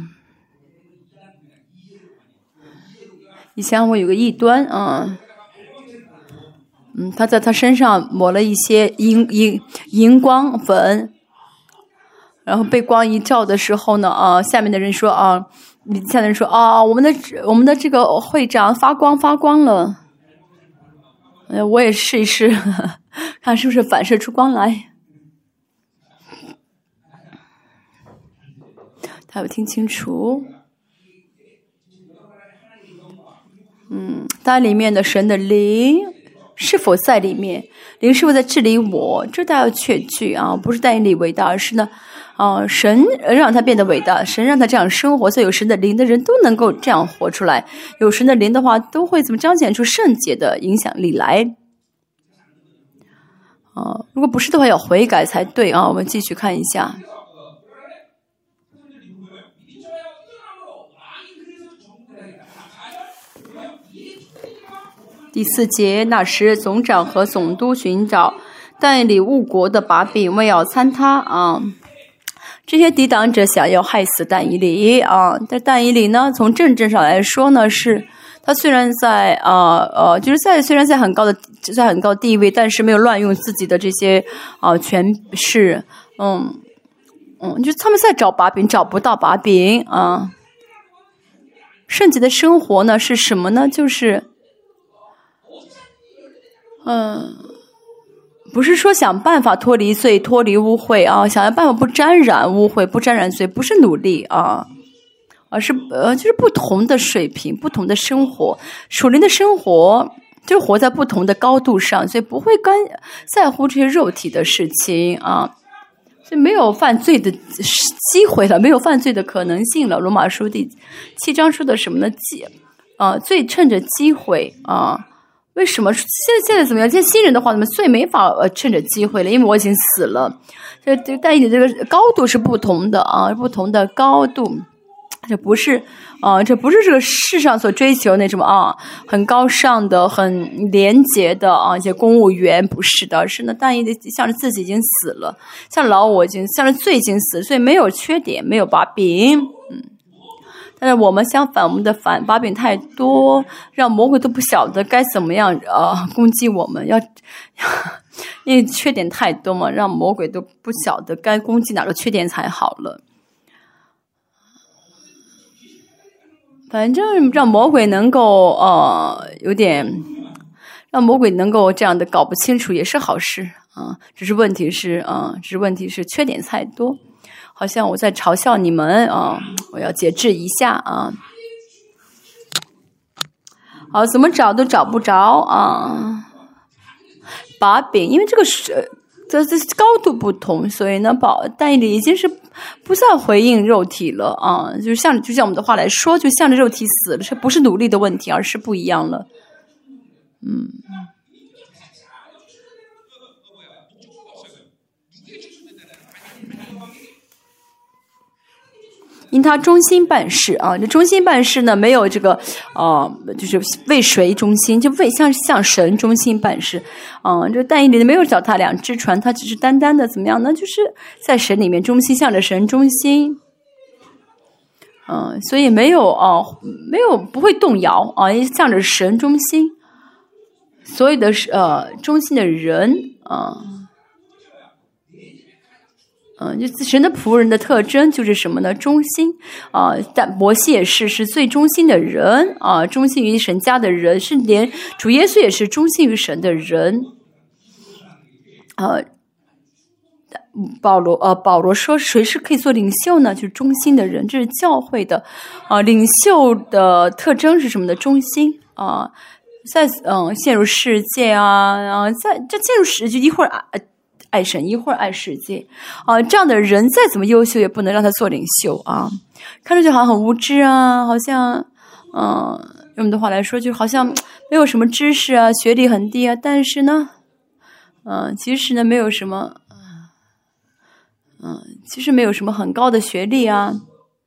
S1: 以前我有个异端啊。嗯，他在他身上抹了一些荧荧荧光粉，然后被光一照的时候呢，啊，下面的人说啊，你下面人说啊，我们的我们的这个会长发光发光了，呃，我也试一试，呵呵看是不是反射出光来。他有听清楚？嗯，它里面的神的灵。是否在里面？灵是否在治理我？这大家要确据啊，不是但以理伟大，而是呢，啊，神让他变得伟大，神让他这样生活，所以有神的灵的人都能够这样活出来。有神的灵的话，都会怎么彰显出圣洁的影响力来？啊，如果不是的话，要悔改才对啊。我们继续看一下。第四节，那时总长和总督寻找但以理误国的把柄，为要参他啊。这些抵挡者想要害死但以理啊，但但以理呢，从政治上来说呢，是他虽然在啊呃，就是在虽然在很高的在很高地位，但是没有乱用自己的这些啊权势，嗯嗯，就是他们在找把柄，找不到把柄啊。圣洁的生活呢是什么呢？就是。嗯，不是说想办法脱离罪、脱离污秽啊，想要办法不沾染污秽、不沾染罪，不是努力啊，而是呃，就是不同的水平、不同的生活，属灵的生活就是活在不同的高度上，所以不会干在乎这些肉体的事情啊，所以没有犯罪的机会了，没有犯罪的可能性了。罗马书第七章说的什么呢？机啊，罪趁着机会啊。为什么现在现在怎么样？现在新人的话，怎么罪没法呃趁着机会了？因为我已经死了。这这但你这个高度是不同的啊，不同的高度，这不是啊，这不是这个世上所追求那什么啊，很高尚的、很廉洁的啊一些公务员，不是的，是呢，但也得向着自己已经死了，像老我已经向着罪已经死，所以没有缺点，没有把柄，嗯。但是我们相反，我们的反把柄太多，让魔鬼都不晓得该怎么样呃攻击我们，要因为缺点太多嘛，让魔鬼都不晓得该攻击哪个缺点才好了。反正让魔鬼能够呃有点，让魔鬼能够这样的搞不清楚也是好事啊，只是问题是啊，只是问题是缺点太多。好像我在嘲笑你们啊！我要节制一下啊！好，怎么找都找不着啊！把柄，因为这个是这这高度不同，所以呢，保但以理已经是不再回应肉体了啊！就是像就像我们的话来说，就向着肉体死了，这不是努力的问题，而是不一样了。嗯。 因他忠心办事啊，这忠心办事呢，没有这个啊、呃，就是为谁忠心，就为向向神忠心办事啊。这但以理没有脚踏两只船，他只是单单的怎么样呢？就是在神里面忠心，向着神忠心。嗯、呃，所以没有啊、呃，没有不会动摇啊，向着神忠心。所有的呃忠心的人啊。呃嗯，就神的仆人的特征就是什么呢？忠心啊，但摩西也是是最忠心的人啊，忠心于神家的人，是连主耶稣也是忠心于神的人。呃，保罗呃，保罗说谁是可以做领袖呢？就是忠心的人，这是教会的啊、呃，领袖的特征是什么呢？忠心啊，在嗯陷入世界啊啊，在这陷入世界一会儿啊。爱神一会儿爱世界啊，这样的人再怎么优秀，也不能让他做领袖啊！看上去好像很无知啊，好像嗯，用我们的话来说，就好像没有什么知识啊，学历很低啊。但是呢，嗯，其实呢，没有什么，嗯，其实没有什么很高的学历啊。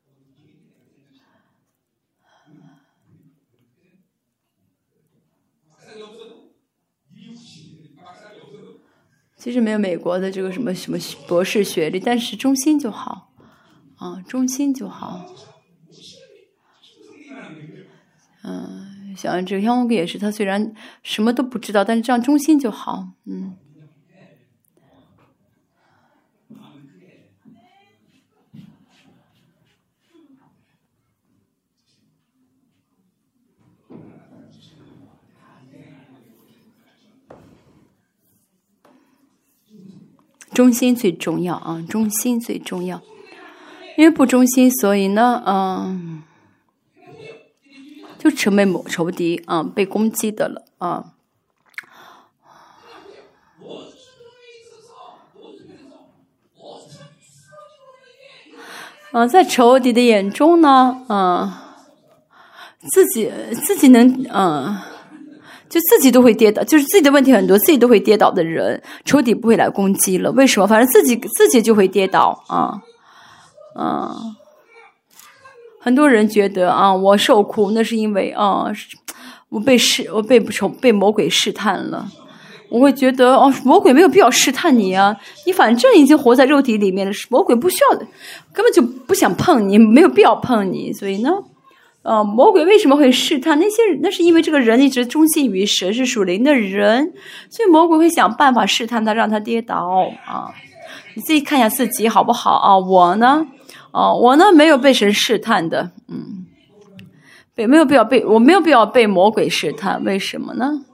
S1: 其实没有美国的这个什么什么博士学历，但是忠心就好，啊，忠心就好。嗯，像这个香港也是，他虽然什么都不知道，但是这样忠心就好，嗯。忠心最重要啊，忠心最重要。因为不忠心，所以呢，嗯，就成为某仇敌啊，被攻击的了啊。嗯、啊，在仇敌的眼中呢，嗯、啊，自己自己能，嗯、啊。就自己都会跌倒，就是自己的问题很多，自己都会跌倒的人，仇敌不会来攻击了。为什么？反正自己自己就会跌倒啊啊！很多人觉得啊，我受苦那是因为啊，我被试，我被仇被魔鬼试探了。我会觉得哦，魔鬼没有必要试探你啊，你反正已经活在肉体里面了，魔鬼不需要，根本就不想碰你，没有必要碰你，所以呢。呃，魔鬼为什么会试探那些人？那是因为这个人一直忠心于神，是属灵的人，所以魔鬼会想办法试探他，让他跌倒啊。你自己看一下自己好不好啊？我呢，啊，我呢没有被神试探的，嗯，被没有必要被我没有必要被魔鬼试探，为什么呢？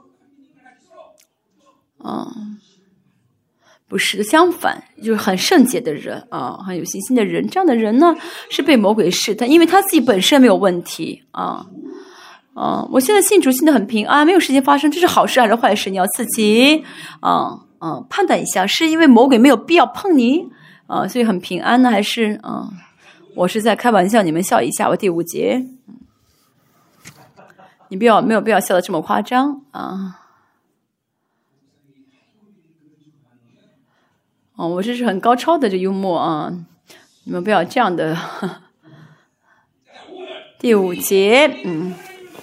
S1: 嗯。不是的，相反，就是很圣洁的人啊，很有信心的人，这样的人呢是被魔鬼试探，因为他自己本身没有问题啊啊！我现在信主信得很平安，没有事情发生，这是好事还是坏事？你要自己啊啊判断一下，是因为魔鬼没有必要碰你啊，所以很平安呢，还是啊？我是在开玩笑，你们笑一下。我第五节，你不要没有必要笑得这么夸张啊。哦，我这是很高超的这幽默啊！你们不要这样的。第五节，嗯，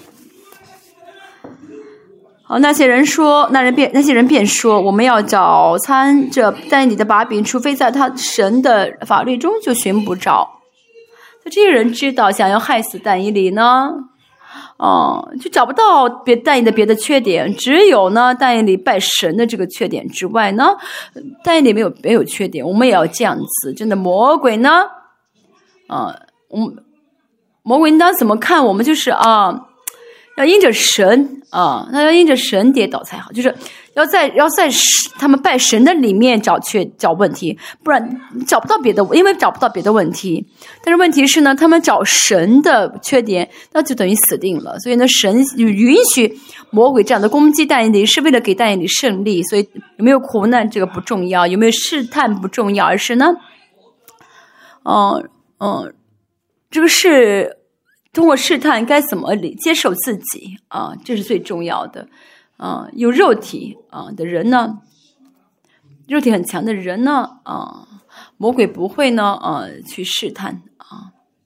S1: 好，那些人说，那人便那些人便说，我们要早餐这但你的把柄，除非在他神的法律中就寻不着。就这些人知道，想要害死但以理呢？哦，就找不到别但以理的别的缺点，只有呢但以理拜神的这个缺点之外呢，但以理没有没有缺点，我们也要这样子。真的，魔鬼呢，啊，我们魔鬼呢怎么看我们就是啊，要因着神啊，那要因着神跌倒才好，就是要在要在他们拜神的里面找缺找问题，不然找不到别的，因为找不到别的问题。但是问题是呢，他们找神的缺点，那就等于死定了。所以呢，神允许魔鬼这样的攻击但以理，是为了给但以理胜利。所以有没有苦难这个不重要，有没有试探不重要，而是呢，嗯嗯，这个是通过试探该怎么接受自己啊，这是最重要的。啊，有肉体啊的人呢，肉体很强的人呢，啊，魔鬼不会呢，啊，去试探啊，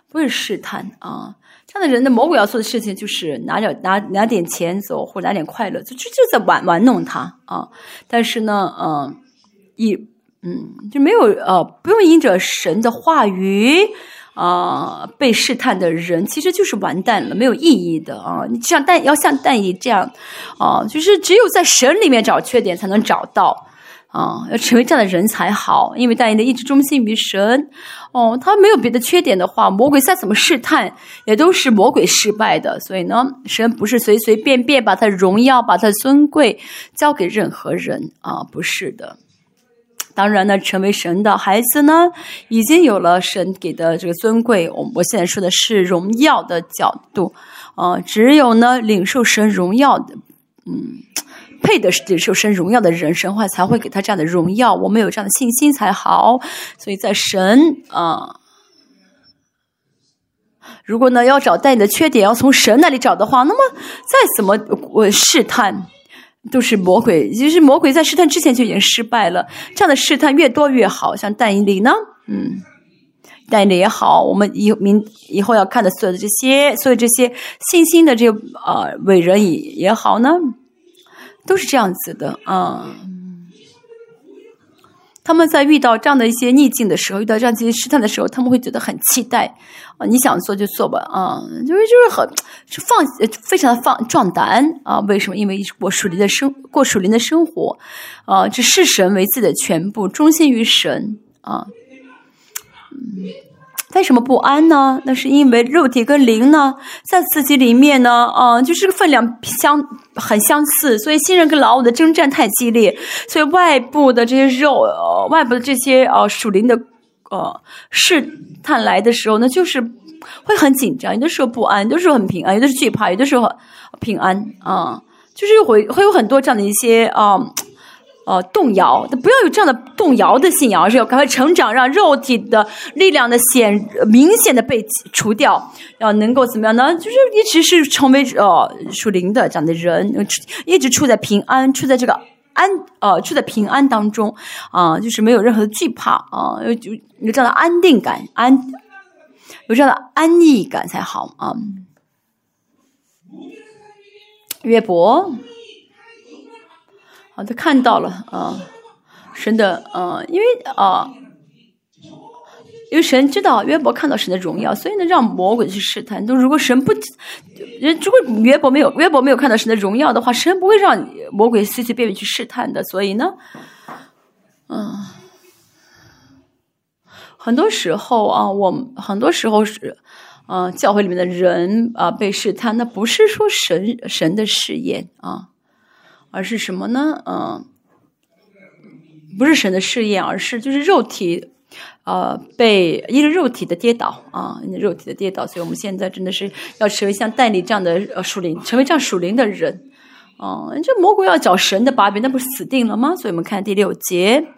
S1: 不会试探啊。这样的人的魔鬼要做的事情就是拿点拿拿点钱走，或者拿点快乐，就就就在玩玩弄他啊。但是呢，嗯、呃，一嗯就没有呃不用因着神的话语啊、呃、被试探的人，其实就是完蛋了，没有意义的啊。你像但要像但以这样啊，就是只有在神里面找缺点才能找到。啊，要成为这样的人才好，因为但以理一直忠心于神。哦，他没有别的缺点的话，魔鬼再怎么试探，也都是魔鬼失败的。所以呢，神不是随随便便把他荣耀、把他尊贵交给任何人啊，不是的。当然呢，成为神的孩子呢，已经有了神给的这个尊贵。我我现在说的是荣耀的角度啊，只有呢领受神荣耀的，嗯。配的是领受神荣耀的人，神话才会给他这样的荣耀。我们有这样的信心才好。所以在神啊、呃，如果呢要找但以理的缺点，要从神那里找的话，那么再怎么我试探，都是魔鬼。其实魔鬼在试探之前就已经失败了。这样的试探越多越好。像但以理呢，嗯，但以理也好，我们以明以后要看的所有的这些，所有这些信心的这个呃伟人也也好呢。都是这样子的啊、嗯，他们在遇到这样的一些逆境的时候，遇到这样一些试探的时候，他们会觉得很期待啊，你想做就做吧啊，就是就是很是放非常的放壮胆啊。为什么？因为过属灵的生过属灵的生活啊，这视神为自己的全部，忠心于神啊。嗯。为什么不安呢？那是因为肉体跟灵呢，在自己里面呢，啊、呃，就是个分量相很相似，所以新人跟老我的征战太激烈，所以外部的这些肉，呃、外部的这些呃属灵的呃试探来的时候呢，就是会很紧张，有的时候不安，有的时候很平安，有的是惧怕，有的时候平安啊、呃，就是会会有很多这样的一些啊。呃呃，动摇，不要有这样的动摇的信仰，而是要赶快成长，让肉体的力量的显明显的被除掉，要能够怎么样呢？就是一直是成为呃属灵的这样的人，一直处在平安，处在这个安呃处在平安当中啊、呃，就是没有任何的惧怕啊，有、呃、有有这样的安定感，安有这样的安逸感才好啊。约伯。啊，他看到了啊，神的啊，因为啊，因为神知道约伯看到神的荣耀，所以呢，让魔鬼去试探。都如果神不，如果约伯没有约伯没有看到神的荣耀的话，神不会让魔鬼随随便便去试探的。所以呢，嗯，很多时候啊，我们很多时候是。啊，教会里面的人啊被试探，那不是说神神的试验啊。而是什么呢？嗯，不是神的试验，而是就是肉体，呃，被因为肉体的跌倒啊，因为肉体的跌倒，所以我们现在真的是要成为像但以理这样的呃属灵，成为这样属灵的人。啊、嗯，这魔鬼要找神的把柄，那不是死定了吗？所以我们看第六节。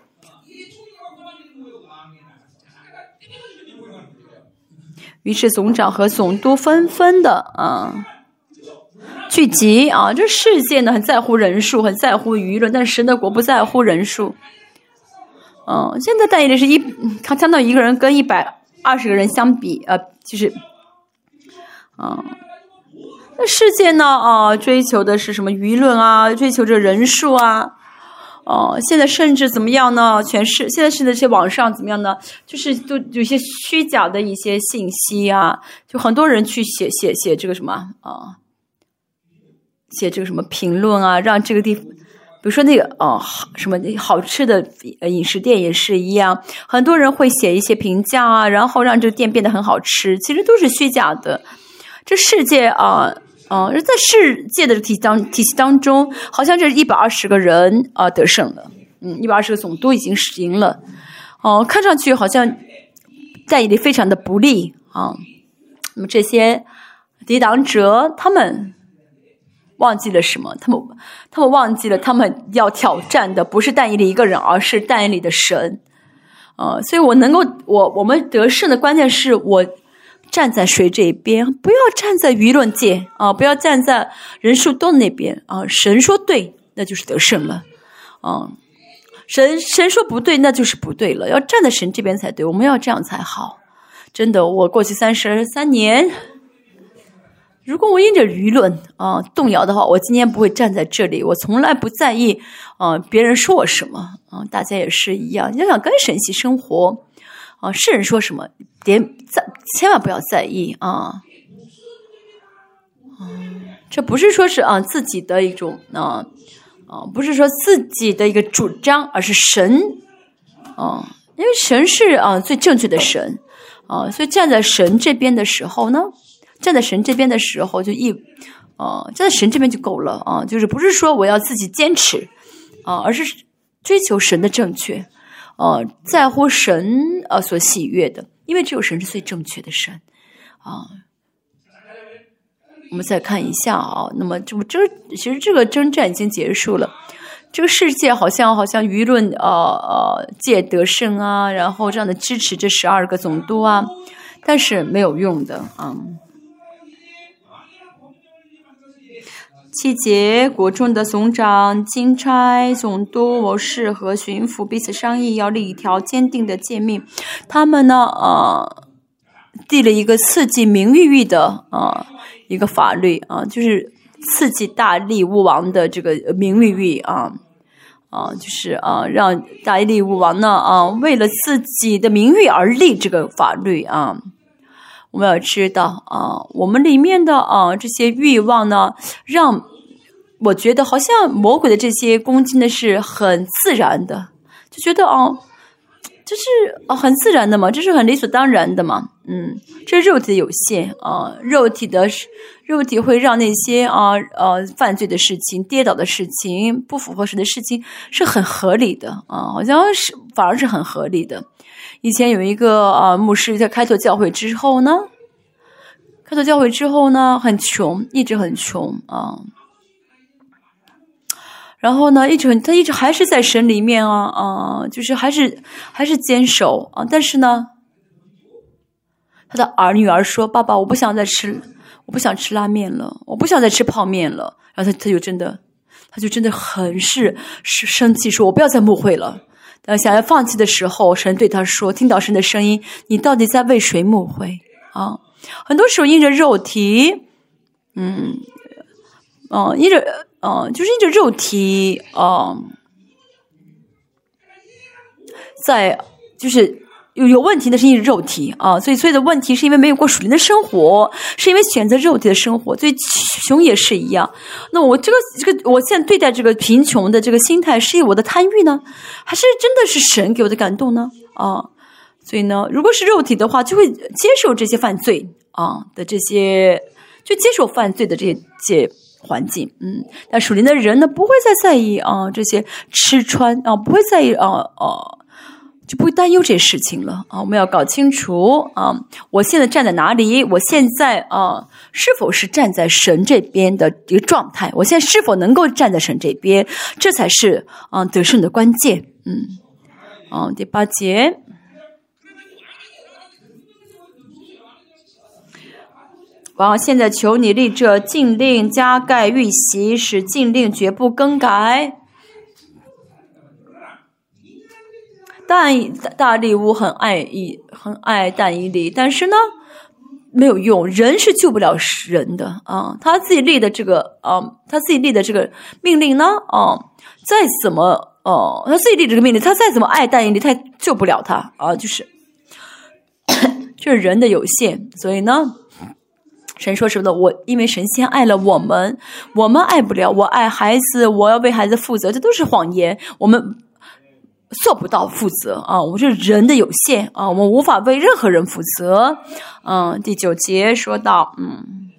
S1: 于是总长和总督纷纷的啊。聚集啊，这世界呢很在乎人数，很在乎舆论，但是神的国不在乎人数。嗯，现在但以理是一，他相当于一个人跟一百二十个人相比，呃，就是，嗯，那世界呢啊，追求的是什么舆论啊，追求着人数啊，哦、呃，现在甚至怎么样呢？全是现在是的这些网上怎么样呢？就是都有些虚假的一些信息啊，就很多人去写写写这个什么啊。呃写这个什么评论啊，让这个地方，比如说那个哦，什么好吃的饮食店也是一样，很多人会写一些评价啊，然后让这个店变得很好吃，其实都是虚假的。这世界啊，啊，在世界的体当体系当中，好像这一百二十个人啊得胜了，嗯，一百二十个总督已经赢了，哦、啊，看上去好像在以理非常的不利啊。那么这些抵挡者，他们。忘记了什么？他们他们忘记了，他们要挑战的不是但以理一个人，而是但以理的神。呃，所以我能够，我我们得胜的关键是我站在谁这边，不要站在舆论界啊、呃，不要站在人数多的那边啊、呃。神说对，那就是得胜了。啊、呃，神神说不对，那就是不对了。要站在神这边才对，我们要这样才好。 真的，我过去三十三年，如果我因着舆论啊、呃、动摇的话，我今天不会站在这里。我从来不在意啊、呃、别人说我什么啊、呃，大家也是一样。要想跟神一起生活啊、呃，世人说什么，别在千万不要在意啊。嗯，这不是说是啊、呃、自己的一种啊啊、呃，不是说自己的一个主张，而是神啊、呃，因为神是啊、呃、最正确的神啊、呃，所以站在神这边的时候呢。站在神这边的时候，就一，呃，站在神这边就够了啊、呃，就是不是说我要自己坚持啊、呃，而是追求神的正确，呃，在乎神呃所喜悦的，因为只有神是最正确的神啊、呃。我们再看一下啊，那么这这其实这个征战已经结束了，这个世界好像好像舆论呃呃界得胜啊，然后这样的支持这十二个总督啊，但是没有用的啊。七节，国中的总长、钦差、总督、谋士和巡抚彼此商议，要立一条坚定的诫命。他们呢，呃，立了一个刺激名誉欲的呃一个法律啊、呃，就是刺激大利乌王的这个名誉欲啊啊、呃，就是啊、呃，让大利乌王呢啊、呃，为了自己的名誉而立这个法律啊。我们要知道啊，我们里面的啊这些欲望呢，让我觉得好像魔鬼的这些攻击呢是很自然的，就觉得哦，这是啊很自然的嘛，这是很理所当然的嘛，嗯，这是肉体的有限啊，肉体的肉体会让那些啊呃犯罪的事情、跌倒的事情、不符合神的事情是很合理的啊，好像是反而是很合理的。以前有一个啊牧师在开拓教会之后呢，开拓教会之后呢，很穷，一直很穷啊。然后呢，一直他一直还是在神里面啊啊，就是还是还是坚守啊。但是呢，他的儿女儿说：“爸爸，我不想再吃，我不想吃拉面了，我不想再吃泡面了。”然后他他就真的，他就真的很是是生气，说：“我不要再牧会了。”呃，想要放弃的时候，神对他说：“听到神的声音，你到底在为谁牧会啊？”很多时候因着肉体，嗯，哦、呃，因着，呃，就是因着肉体，嗯、呃，在就是有有问题的是因为肉体啊，所以所有的问题是因为没有过属灵的生活，是因为选择肉体的生活。所以穷也是一样。那我这个这个，我现在对待这个贫穷的这个心态，是因为我的贪欲呢，还是真的是神给我的感动呢？啊，所以呢，如果是肉体的话，就会接受这些犯罪啊的这些，就接受犯罪的这些这些环境。嗯，但属灵的人呢，不会再在意啊这些吃穿啊，不会在意啊啊。就不会担忧这些事情了啊！我们要搞清楚啊，我现在站在哪里？我现在啊，是否是站在神这边的一个状态？我现在是否能够站在神这边？这才是啊得胜的关键。嗯，啊，第八节，王现在求你立这禁令，加盖谕席，使禁令绝不更改。但大利乌很爱以很爱但以理，但是呢没有用，人是救不了人的啊！他自己立的这个啊，他自己立的这个命令呢啊，再怎么哦、啊，他自己立这个命令，他再怎么爱但以理，他救不了他啊！就是就是人的有限，所以呢，神说什么呢？我因为神先爱了我们，我们爱不了，我爱孩子，我要为孩子负责，这都是谎言，我们做不到负责啊！我是人的有限啊，我们无法为任何人负责。嗯，第九节说到，嗯，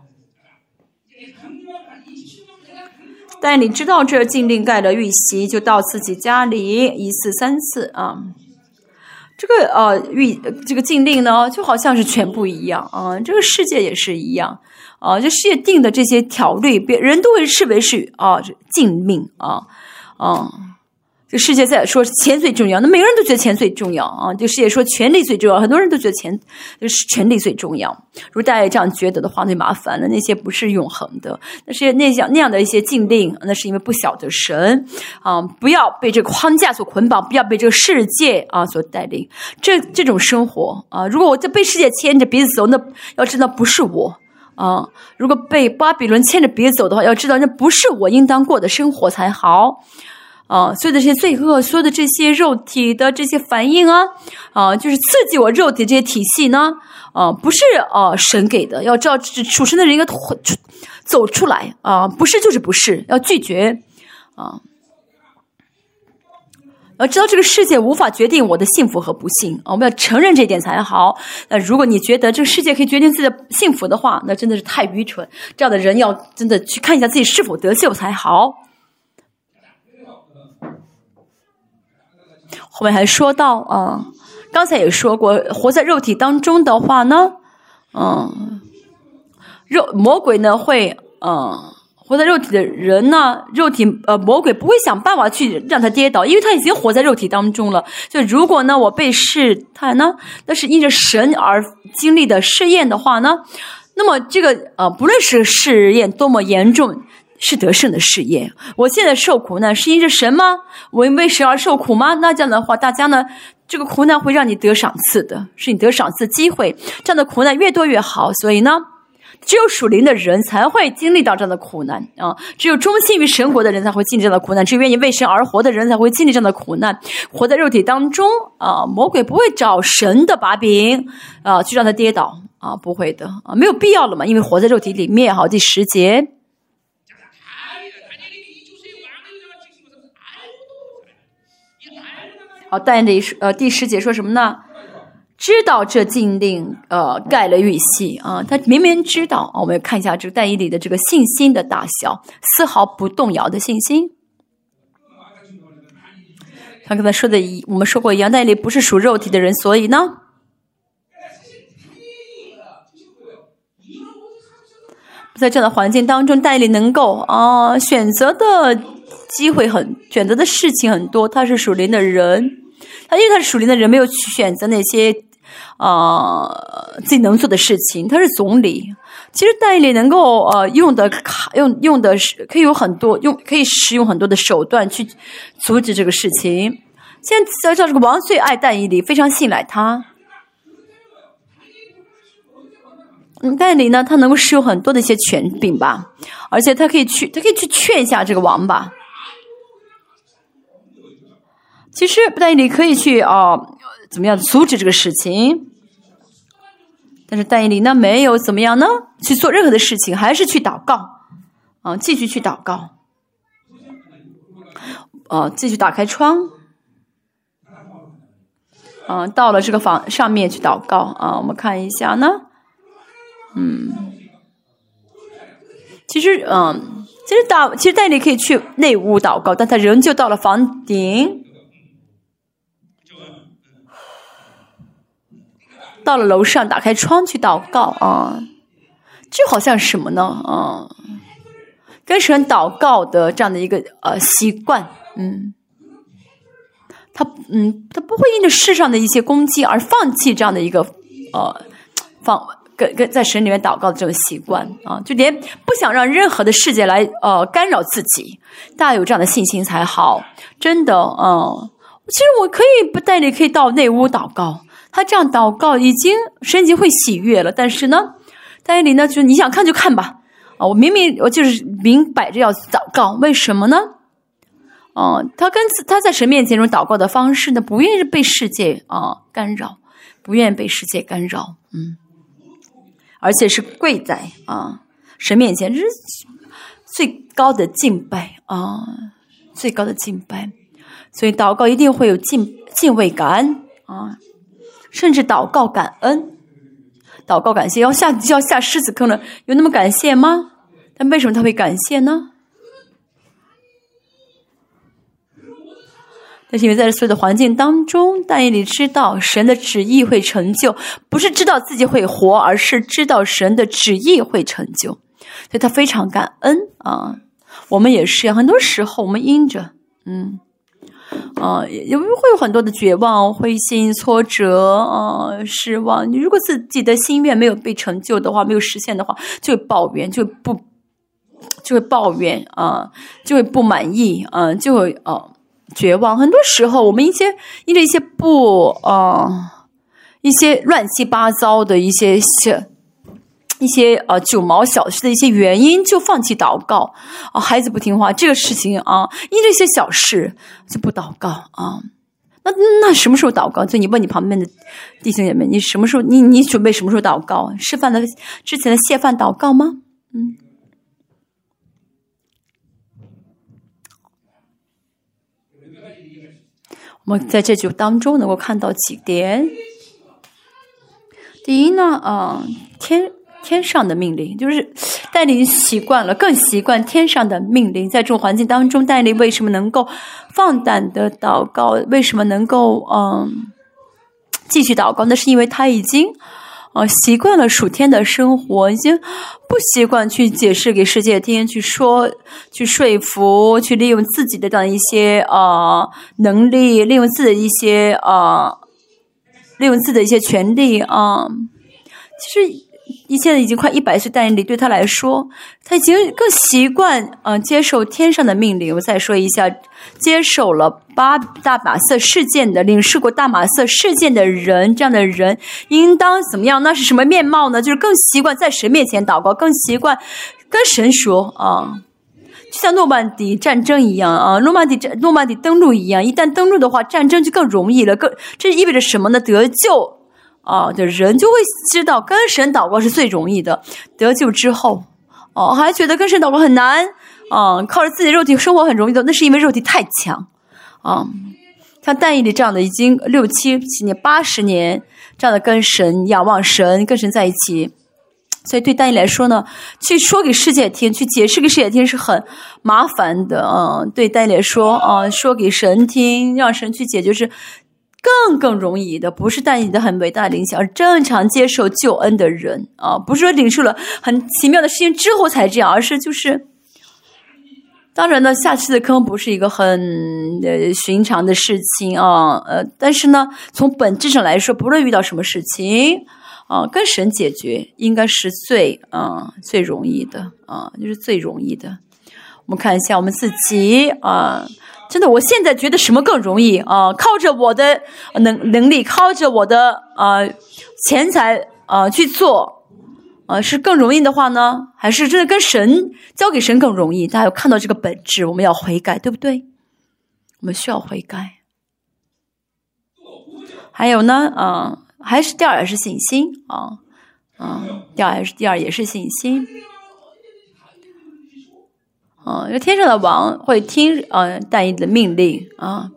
S1: 但你知道这禁令盖了谕席，就到自己家里一次三次啊。这个呃谕这个禁令呢，就好像是全部一样啊。这个世界也是一样啊，这世界定的这些条律，别人都会视为是啊禁命啊啊。 这个世界在说钱最重要，那每个人都觉得钱最重要啊。这个世界说权力最重要，很多人都觉得钱就是权力最重要。如果大家这样觉得的话，那就麻烦了。那些不是永恒的，那些那样那样的一些禁令，那是因为不晓得神啊，不要被这个框架所捆绑，不要被这个世界啊所带领。这这种生活啊，如果我在被世界牵着鼻子走，那要知道不是我啊。如果被巴比伦牵着鼻子走的话，要知道那不是我应当过的生活才好。啊，所有的这些罪恶，所有的这些肉体的这些反应啊，啊，就是刺激我肉体这些体系呢，啊，不是啊神给的，要知道属神的人应该走出来啊，不是就是不是，要拒绝啊，要知道这个世界无法决定我的幸福和不幸啊，我们要承认这一点才好。那如果你觉得这个世界可以决定自己的幸福的话，那真的是太愚蠢。这样的人要真的去看一下自己是否得救才好。后面还说到啊、嗯，刚才也说过，活在肉体当中的话呢，嗯，肉魔鬼呢会，嗯，活在肉体的人呢，肉体呃魔鬼不会想办法去让他跌倒，因为他已经活在肉体当中了。就如果呢我被试探呢，那是因着神而经历的试验的话呢，那么这个呃不论是试验多么严重，是得胜的试验。我现在受苦难是因着神吗？我因为神而受苦吗？那这样的话，大家呢，这个苦难会让你得赏赐的，是你得赏赐的机会。这样的苦难越多越好。所以呢，只有属灵的人才会经历到这样的苦难啊！只有忠心于神国的人才会经历这样的苦难，只有愿意为神而活的人才会经历这样的苦难。活在肉体当中啊，魔鬼不会找神的把柄啊，去让他跌倒啊，不会的啊，没有必要了嘛，因为活在肉体里面。好，第十节。好，但第呃第十节说什么呢？知道这禁令呃盖了玉玺啊，他明明知道啊。我们看一下这个但以理的这个信心的大小，丝毫不动摇的信心。他刚才说的，我们说过一样，但以理不是属肉体的人，所以呢，在这样的环境当中，但以理能够啊、呃、选择的机会很，选择的事情很多。他是属灵的人，他因为他是属灵的人，没有去选择那些啊、呃、自己能做的事情。他是总理，其实但以理能够呃用的用用的是可以有很多用可以使用很多的手段去阻止这个事情。现在知道这个王最爱但以理，非常信赖他。嗯，但以理呢，他能够使用很多的一些权柄吧，而且他可以去，他可以去劝一下这个王吧。其实但以理可以去啊、呃，怎么样阻止这个事情？但是但以理呢，没有怎么样呢，去做任何的事情，还是去祷告啊、呃，继续去祷告，啊、呃，继续打开窗，啊、呃，到了这个房上面去祷告啊、呃。我们看一下呢。嗯，其实，嗯，其实祷，其实但以理可以去内屋祷告，但他仍旧到了房顶，到了楼上，打开窗去祷告啊。这好像是什么呢？啊，跟神祷告的这样的一个呃习惯，嗯，他嗯，他不会因着世上的一些攻击而放弃这样的一个呃放。跟跟在神里面祷告的这种习惯啊，就连不想让任何的世界来呃干扰自己，大家有这样的信心才好。真的，嗯，其实我可以不带你可以到内屋祷告，他这样祷告已经神已经会喜悦了。但是呢，但以理呢，就是你想看就看吧啊，我明明我就是明摆着要祷告，为什么呢？哦、呃，他跟他在神面前这种祷告的方式呢，不愿意被世界啊、呃、干扰，不愿意被世界干扰，嗯。而且是跪在啊神面前，这是最高的敬拜啊，最高的敬拜。所以祷告一定会有敬敬畏感啊，甚至祷告感恩，祷告感谢。要下要下狮子坑了，有那么感谢吗？但为什么他会感谢呢？但是因为在所有的环境当中，但以理知道神的旨意会成就，不是知道自己会活，而是知道神的旨意会成就，所以他非常感恩啊。我们也是，很多时候我们因着嗯啊、呃，也会有很多的绝望、灰心、挫折啊、呃、失望。你如果自己的心愿没有被成就的话，没有实现的话，就会抱怨，就会不就会抱怨啊、呃，就会不满意啊、呃，就会啊、呃、绝望。很多时候，我们一些因为一些不啊、呃、一些乱七八糟的一些些。一些呃九毛小事的一些原因，就放弃祷告啊、呃，孩子不听话，这个事情啊，因这些小事就不祷告啊。那那什么时候祷告？就你问你旁边的弟兄姐妹，你什么时候你你准备什么时候祷告？吃饭的之前的谢饭祷告吗？嗯。我们在这句当中能够看到几点。第一呢，啊、呃，天。天上的命令，就是带领习惯了，更习惯天上的命令。在这种环境当中，带领为什么能够放胆的祷告？为什么能够嗯继续祷告？那是因为他已经呃习惯了属天的生活，已经不习惯去解释给世界听，去说、去说服、去利用自己的这样一些呃能力，利用自己的一些呃利用自己的一些权利啊、呃。其实。一现在已经快一百岁，但是对他来说，他已经更习惯嗯、呃、接受天上的命令。我再说一下，接受了巴大马色事件的领受过大马色事件的人，这样的人应当怎么样？那是什么面貌呢？就是更习惯在神面前祷告，更习惯跟神说啊，就像诺曼底战争一样啊，诺曼底诺曼底登陆一样，一旦登陆的话，战争就更容易了。更这意味着什么呢？得救。啊，的人就会知道跟神祷告是最容易的。得救之后，哦，还觉得跟神祷告很难啊，靠着自己的肉体生活很容易的，那是因为肉体太强啊。像但以理这样的，已经六七七年、八十年这样的跟神仰望神、跟神在一起，所以对但以理来说呢，去说给世界听、去解释给世界听是很麻烦的啊。对但以理来说啊，说给神听，让神去解决是。更更容易的，不是但以理的很伟大的灵性，而正常接受救恩的人啊，不是说领受了很奇妙的事情之后才这样，而是就是，当然呢，下期的坑不是一个很呃寻常的事情啊，呃，但是呢，从本质上来说，不论遇到什么事情啊，跟神解决应该是最啊最容易的啊，就是最容易的。我们看一下我们自己啊。真的，我现在觉得什么更容易啊、呃？靠着我的能能力，靠着我的呃钱财啊、呃、去做，呃是更容易的话呢，还是真的跟神交给神更容易？大家有看到这个本质，我们要悔改，对不对？我们需要悔改。还有呢，啊、呃，还是第二也是信心啊，啊、呃，第二也是第二也是信心。啊，这天上的王会听呃但以理的命令啊，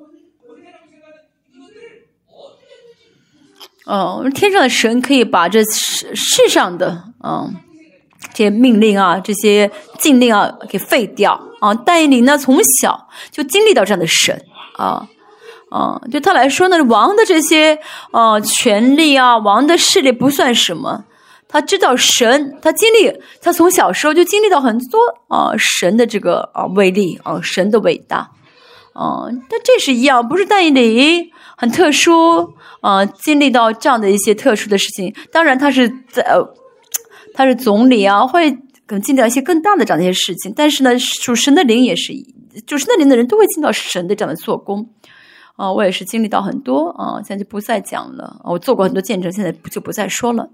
S1: 哦、呃，天上的神可以把这世世上的嗯、呃、这些命令啊、这些禁令啊给废掉啊。但以理呢，从小就经历到这样的神啊啊，对他来说呢，王的这些呃权力啊，王的势力不算什么。他知道神，他经历，他从小时候就经历到很多啊、呃、神的这个啊、呃、威力啊、呃、神的伟大啊、呃，但这是一样，不是但以理很特殊啊、呃，经历到这样的一些特殊的事情。当然他是在、呃、他是总理啊，会可能经历到一些更大的这样的一些事情。但是呢，属神的灵也是，属神的灵的人都会经历到神的这样的做工啊、呃。我也是经历到很多啊、呃，现在就不再讲了。我做过很多见证，现在就不再说了。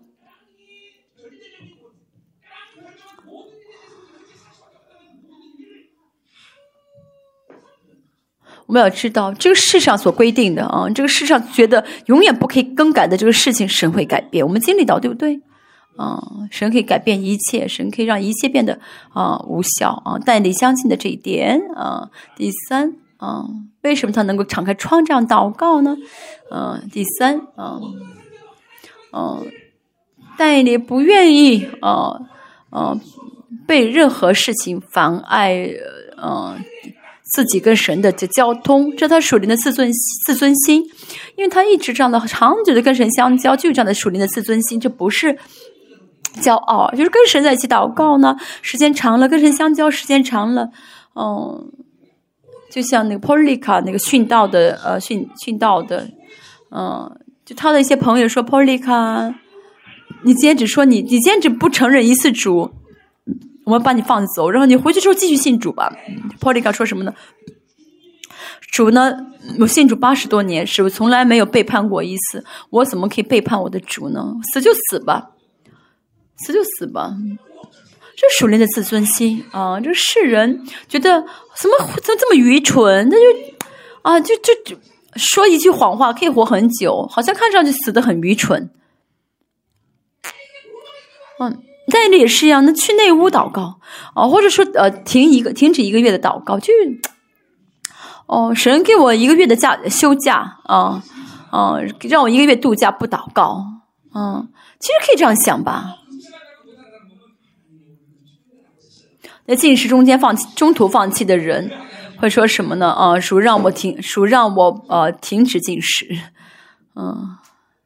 S1: 我们要知道，这个世上所规定的啊，这个世上觉得永远不可以更改的这个事情，神会改变。我们经历到，对不对？啊，神可以改变一切，神可以让一切变得啊无效啊。但你相信的这一点啊。第三啊，为什么他能够敞开窗这样祷告呢？啊，第三啊，啊，但你不愿意啊啊被任何事情妨碍啊。自己跟神的这交通，这他属灵的自尊自尊心，因为他一直这样的长久的跟神相交，就有这样的属灵的自尊心，这不是骄傲，就是跟神在一起祷告呢，时间长了，跟神相交时间长了，嗯， 就像那个 Polika 那个殉道的呃殉殉道的，嗯、呃，就他的一些朋友说 Polika， 你今天只说你你今天只不承认一次主，我们把你放走，然后你回去之后继续信主吧。Polika 说什么呢？主呢，我信主八十多年，是我从来没有背叛过一次，我怎么可以背叛我的主呢？死就死吧，死就死吧。这属灵的自尊心啊！这世人觉得怎么怎么这么愚蠢？他就啊，就就就说一句谎话可以活很久，好像看上去死得很愚蠢。嗯，但是也是一样，那去内屋祷告啊，或者说呃停一个停止一个月的祷告，就。哦，神给我一个月的假休假啊啊，让我一个月度假不祷告，嗯，其实可以这样想吧。在禁食中间放弃、中途放弃的人会说什么呢？啊，属让我停，属让我呃停止禁食，嗯，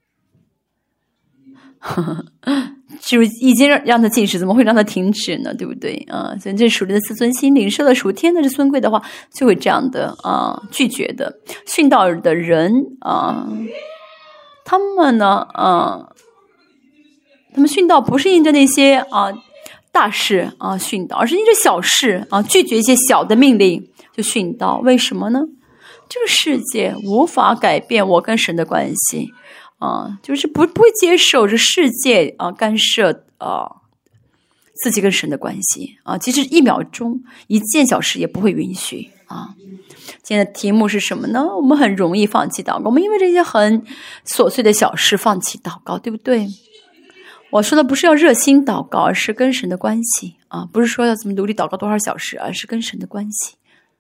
S1: 呵呵。就已经让让他禁食，怎么会让他停止呢？对不对啊？所以这属灵的自尊心，领受了属天的这尊贵的话，就会这样的啊拒绝的。殉道的人啊，他们呢啊，他们殉道不是因着那些啊大事啊殉道，而是因着小事啊拒绝一些小的命令就殉道。为什么呢？这个世界无法改变我跟神的关系。啊，就是不不会接受这世界啊干涉啊自己跟神的关系啊，即使一秒钟一件小事也不会允许啊。今天的题目是什么呢？我们很容易放弃祷告，我们因为这些很琐碎的小事放弃祷告，对不对？我说的不是要热心祷告，而是跟神的关系啊，不是说要怎么努力祷告多少小时，而是跟神的关系。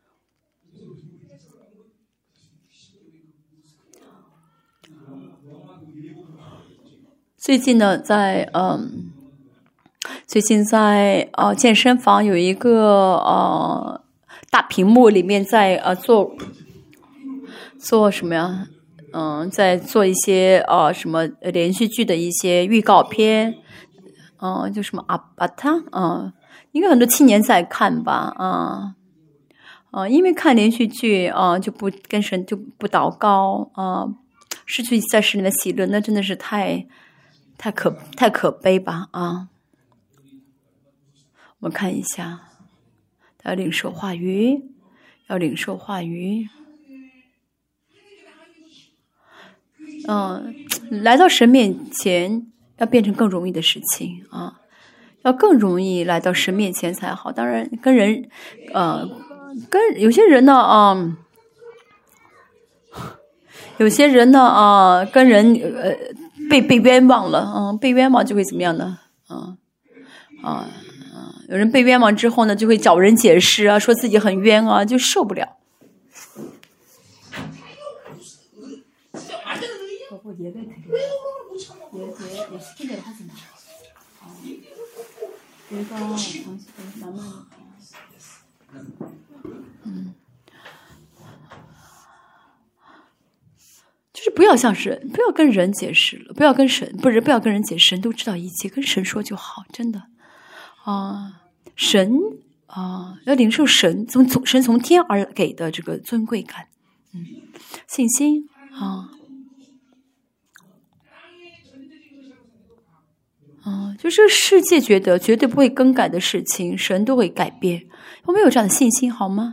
S1: 最近呢，在嗯，最近在呃健身房有一个呃大屏幕里面在呃做做什么呀？嗯、呃，在做一些呃什么连续剧的一些预告片，嗯、呃，就什么阿巴塔，嗯，应该很多青年在看吧，啊、呃，呃，因为看连续剧啊、呃、就不跟神就不祷告啊、呃，失去在神里的喜乐，那真的是太。太可太可悲吧啊！我们看一下，要领受话语，要领受话语。嗯，来到神面前要变成更容易的事情啊，要更容易来到神面前才好。当然，跟人呃，跟有些人呢啊、呃，有些人呢啊、呃，跟人呃。被被冤枉了，嗯，被冤枉就会怎么样呢？啊啊啊！有人被冤枉之后呢，就会找人解释啊，说自己很冤啊，就受不了。嗯。就是不要像神，不要跟人解释了，不要跟神，不是不要跟人解释，神都知道一切，跟神说就好，真的啊、呃，神啊、呃，要领受神从从神从天而给的这个尊贵感，嗯，信心啊，啊、呃，就是世界觉得绝对不会更改的事情，神都会改变，我们有这样的信心好吗？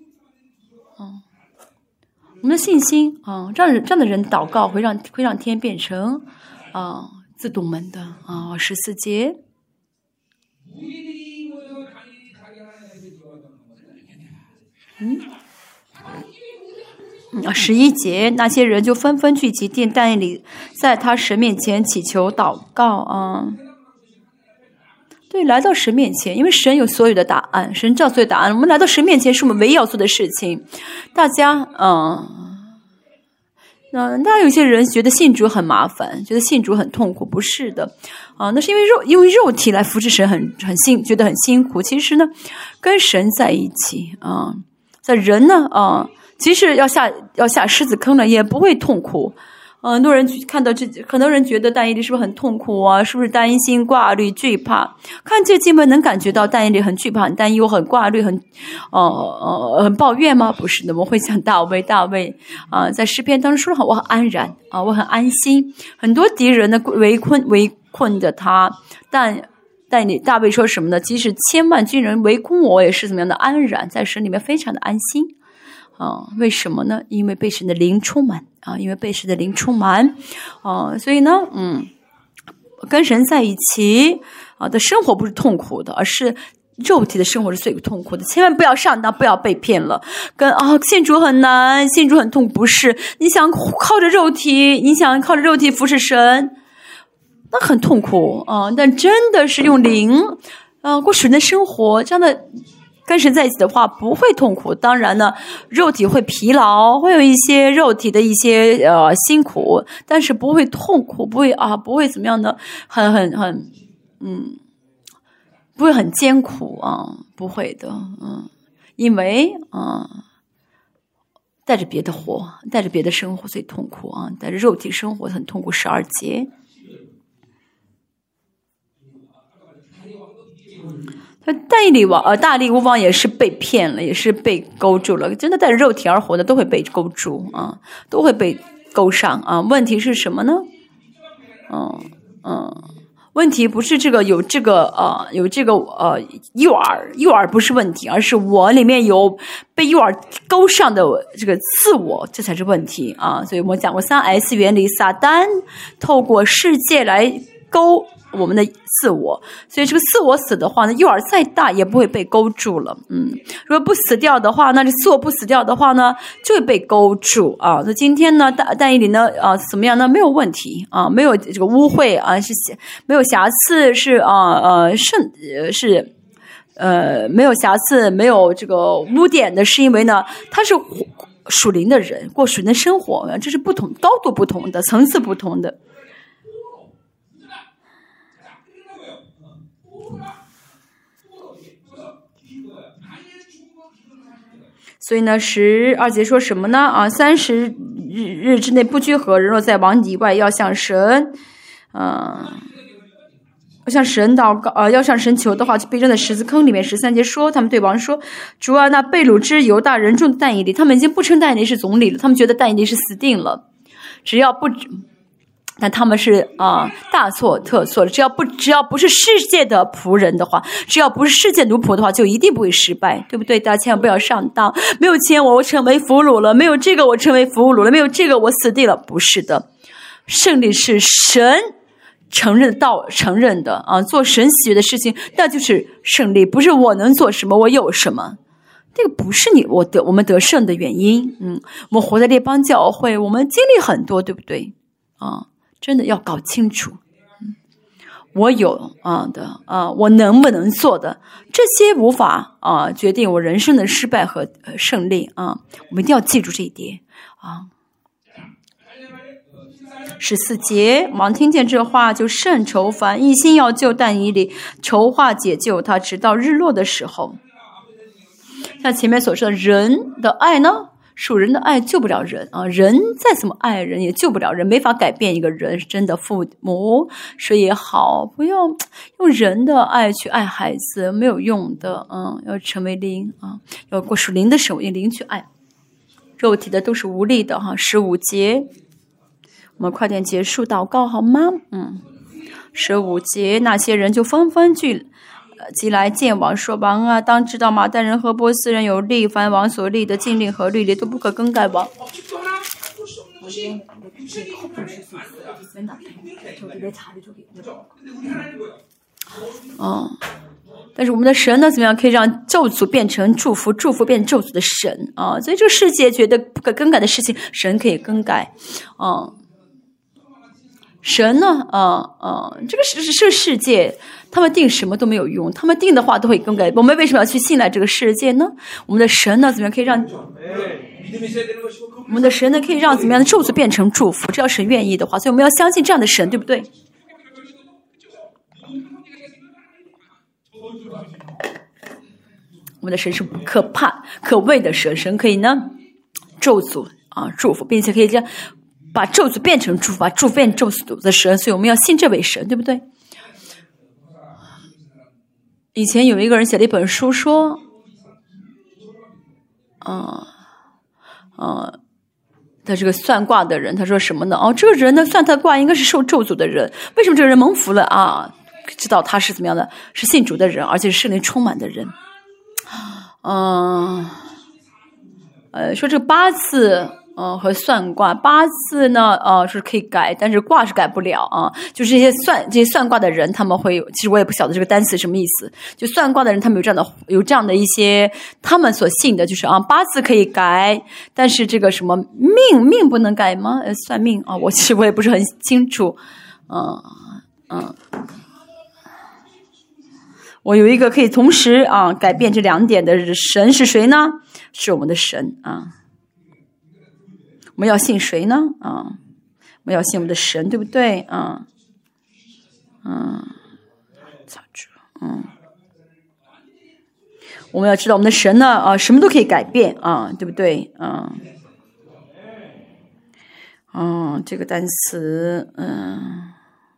S1: 我们的信心啊，这样这样的人祷告会让会让天变成啊自动门的啊。十四节，嗯，啊十一节，那些人就纷纷聚集殿但里，在他神面前祈求祷告啊。对，来到神面前，因为神有所有的答案，神知道所有答案。我们来到神面前是我们唯一要做的事情。大家，嗯，那大家有些人觉得信主很麻烦，觉得信主很痛苦，不是的，啊，那是因为肉因为肉体来服侍神很很辛，觉得很辛苦。其实呢，跟神在一起啊，在人呢啊，即使要下要下狮子坑了，也不会痛苦。 呃、很多人看到这，很多人觉得但以理是不是很痛苦啊？是不是担心、挂虑、惧怕？看这经文能感觉到但以理很惧怕、很担忧、很挂虑、很呃呃很抱怨吗？不是的，我们会想大卫，大卫啊、呃，在诗篇当中说了，我很安然啊、呃，我很安心。很多敌人呢围困围困着他，但但你大卫说什么呢？即使千万军人围攻我，也是怎么样的安然，在神里面非常的安心。啊、呃，为什么呢？因为被神的灵充满啊，因为被神的灵充满啊、呃，所以呢，嗯，跟神在一起啊的生活不是痛苦的，而是肉体的生活是最痛苦的。千万不要上当，不要被骗了。跟啊，信主很难，信主很痛，不是？你想靠着肉体，你想靠着肉体服侍神，那很痛苦啊、呃。但真的是用灵啊、呃、过神的生活，这样的。跟神在一起的话不会痛苦，当然呢，肉体会疲劳，会有一些肉体的一些呃辛苦，但是不会痛苦，不会啊，不会怎么样的，很很很，嗯，不会很艰苦啊，不会的，嗯，因为啊，带着别的活，带着别的生活最痛苦啊，带着肉体生活很痛苦。十二节。他大利王呃大利乌王也是被骗了，也是被勾住了。真的带着肉体而活的都会被勾住啊，都会被勾上啊。问题是什么呢？嗯嗯，问题不是这个有这个呃有这个呃诱饵，诱饵不是问题，而是我里面有被诱饵勾上的这个自我，这才是问题啊。所以我们讲过三 S 原理，撒旦透过世界来勾我们的自我，所以这个自我死的话呢，诱饵再大也不会被勾住了。嗯，如果不死掉的话，那这自我不死掉的话呢，就会被勾住啊。那今天呢，但但以理呢，啊，怎么样呢？没有问题啊，没有这个污秽啊，是没有瑕疵，是啊呃圣是呃没有瑕疵，没有这个污点的，是因为呢，他是属灵的人，过属灵的生活，这是不同高度不同的，层次不同的。所以呢，十二节说什么呢？啊，三十日日之内不居合，人若在王以外，要向神，嗯、呃，要向神祷告，呃，要向神求的话，就被扔在十字坑里面。十三节说，他们对王说：“主啊，那被掳之犹大人众但以理，他们已经不称但以理是总理了，他们觉得但以理是死定了，只要不。”但他们是啊、呃、大错特错了。只要不只要不是世界的仆人的话，只要不是世界奴仆的话，就一定不会失败，对不对？大家千万不要上当。没有钱我成为俘虏了，没有这个我成为俘虏了，没有这个我死定了。不是的，胜利是神承认到承认的啊，做神喜悦的事情，那就是胜利。不是我能做什么，我有什么。这个不是你我得我们得胜的原因。嗯，我们活在列邦教会，我们经历很多，对不对？啊。真的要搞清楚，嗯、我有啊的啊，我能不能做的，这些无法啊决定我人生的失败和、呃、胜利啊，我们一定要记住这一点啊。十四节，王听见这话就甚愁烦，一心要救但以理，筹划解救他，直到日落的时候。像前面所说的，人的爱呢？属人的爱救不了人啊，人再怎么爱人也救不了人，没法改变一个人。真的，父母谁也好，不要用人的爱去爱孩子，没有用的。嗯，要成为灵啊，要过属灵的生活，用灵去爱。肉体的都是无力的哈。十五节，我们快点结束祷告好吗？嗯，十五节，那些人就纷纷聚。即来见王说：“王啊，当知道马代人和波斯人有立，凡王所立的禁令和律例都不可更改。”王，哦，但是我们的神呢，怎么样可以让咒诅变成祝福，祝福变成咒诅的神啊？所以这个世界觉得不可更改的事情，神可以更改，啊。神呢？啊、呃、啊、呃，这个是这个世界，他们定什么都没有用，他们定的话都会更改。我们为什么要去信赖这个世界呢？我们的神呢，怎么样可以让我们的神呢，可以让怎么样的咒诅变成祝福？只要神愿意的话，所以我们要相信这样的神，对不对？我们的神是可怕、可畏的神，神可以呢咒诅啊祝福，并且可以这样。 把咒诅变成祝福，把祝福变成咒诅的神，所以我们要信这位神，对不对？以前有一个人写了一本书说，啊、呃，呃，他这个算卦的人，他说什么呢？哦，这个人呢算他卦应该是受咒诅的人，为什么这个人蒙福了啊？知道他是怎么样的，是信主的人，而且是圣灵充满的人。嗯、呃，呃，说这个八字。呃，和算卦八字呢，呃，是可以改，但是卦是改不了啊。就是这些算这些算卦的人，他们会有，其实我也不晓得这个单词什么意思。就算卦的人，他们有这样的有这样的一些，他们所信的就是啊，八字可以改，但是这个什么命命不能改吗？呃，算命啊，我其实我也不是很清楚。嗯嗯，我有一个可以同时啊改变这两点的神是谁呢？是我们的神啊。我们要信谁呢？啊，我们要信我们的神，对不对？啊，嗯，咋着？嗯，我们要知道我们的神呢，啊，什么都可以改变啊，对不对？啊，嗯，这个单词，嗯，